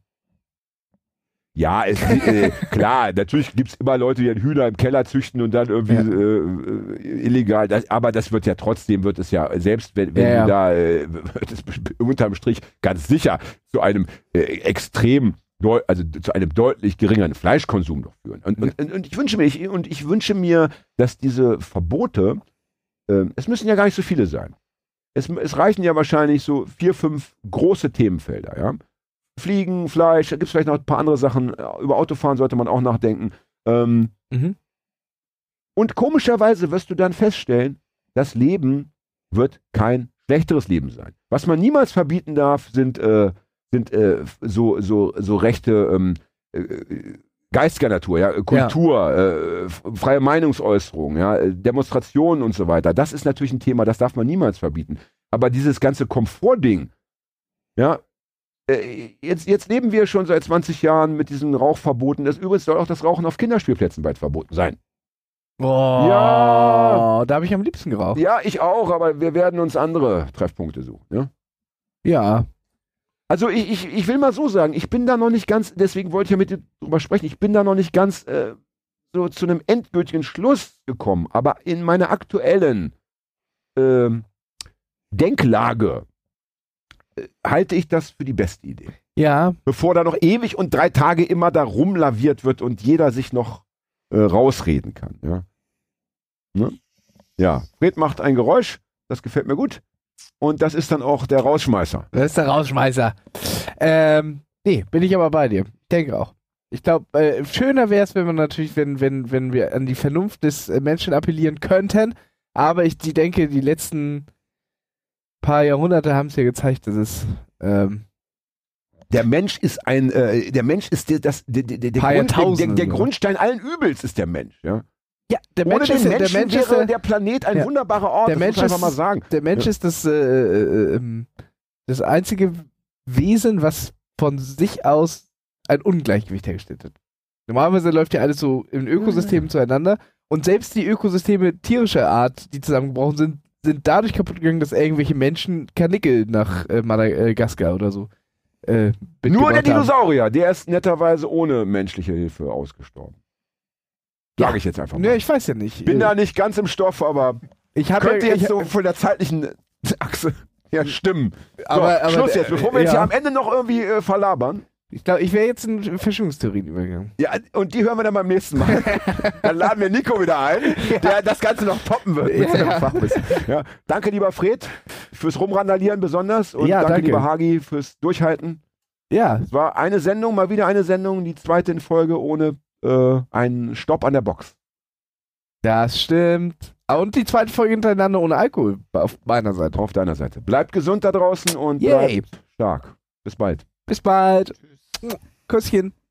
Ja, es, äh, klar, natürlich gibt es immer Leute, die einen Hühner im Keller züchten und dann irgendwie Ja. äh, äh, illegal, das, aber das wird ja trotzdem, wird es ja, selbst wenn, wenn Ja, du da, äh, wird es unterm Strich ganz sicher zu einem äh, extrem, deu also zu einem deutlich geringeren Fleischkonsum noch führen. Und, und, und, und ich wünsche mir, ich, und ich wünsche mir, dass diese Verbote, äh, es müssen ja gar nicht so viele sein. Es, es reichen ja wahrscheinlich so vier, fünf große Themenfelder, ja. Fliegen, Fleisch, da gibt es vielleicht noch ein paar andere Sachen. Über Autofahren sollte man auch nachdenken. Ähm, Mhm. und komischerweise wirst du dann feststellen, das Leben wird kein schlechteres Leben sein. Was man niemals verbieten darf, sind, äh, sind äh, so, so, so Rechte ähm, äh, geistiger Natur, ja, Kultur, äh, freie Meinungsäußerung, ja, Demonstrationen und so weiter. Das ist natürlich ein Thema, das darf man niemals verbieten. Aber dieses ganze Komfortding, ja, Jetzt, jetzt leben wir schon seit zwanzig Jahren mit diesen Rauchverboten. Das übrigens soll auch das Rauchen auf Kinderspielplätzen bald verboten sein. Boah, Ja. da habe ich am liebsten geraucht. Ja, ich auch, aber wir werden uns andere Treffpunkte suchen. Ja? Ja. Also ich, ich, ich will mal so sagen, ich bin da noch nicht ganz, deswegen wollte ich ja mit dir drüber sprechen, ich bin da noch nicht ganz äh, so zu einem endgültigen Schluss gekommen, aber in meiner aktuellen äh, Denklage äh, halte ich das für die beste Idee. Ja. Bevor da noch ewig und drei Tage immer da rumlaviert wird und jeder sich noch äh, rausreden kann. Ja. Ne? Ja, Fred macht ein Geräusch, das gefällt mir gut. Und das ist dann auch der Rausschmeißer. Das ist der Rausschmeißer. Ähm, nee, bin ich aber bei dir. Ich denke auch. Ich glaube, äh, schöner wäre es, wenn man natürlich, wenn, wenn, wenn wir an die Vernunft des äh, Menschen appellieren könnten. Aber ich die denke, die letzten paar Jahrhunderte haben es ja gezeigt, dass es ähm, Der Mensch ist ein, äh, der Mensch ist der, das, der, der, der, Grund, der, der, der Grundstein allen Übels ist der Mensch, ja. Ja, der Ohne Mensch den ist Menschen der Mensch wäre ist, der Planet ein ja, wunderbarer Ort, der das Mensch muss man einfach ist, mal sagen. Der Mensch ja. ist das, äh, äh, äh, das einzige Wesen, was von sich aus ein Ungleichgewicht hergestellt hat. Normalerweise läuft ja alles so in Ökosystemen mhm. zueinander und selbst die Ökosysteme tierischer Art, die zusammengebrochen sind, sind dadurch kaputt gegangen, dass irgendwelche Menschen Karnickel nach äh, Madagaskar oder so äh, Nur der Dinosaurier, der ist netterweise ohne menschliche Hilfe ausgestorben. Sag ja. ich jetzt einfach mal. Ja, ich weiß ja nicht. Bin äh, da nicht ganz im Stoff, aber ich könnte ja, jetzt ich, so von der zeitlichen Achse ja stimmen. Aber, so, aber Schluss jetzt, bevor wir ja. jetzt hier am Ende noch irgendwie äh, verlabern. Ich glaube, ich wäre jetzt in Verschwörungstheorien übergegangen. Ja, und die hören wir dann beim nächsten Mal. Dann laden wir Nico wieder ein, ja. der das Ganze noch toppen wird mit ja. seinem Fachwissen. Ja. Danke, lieber Fred, fürs Rumrandalieren besonders. Und ja, danke, danke, lieber Hagi, fürs Durchhalten. Ja. Es war eine Sendung, mal wieder eine Sendung, die zweite in Folge ohne äh, einen Stopp an der Box. Das stimmt. Und die zweite Folge hintereinander ohne Alkohol auf meiner Seite. Auf deiner Seite. Bleibt gesund da draußen und Yay. bleibt stark. Bis bald. Bis bald. Küsschen.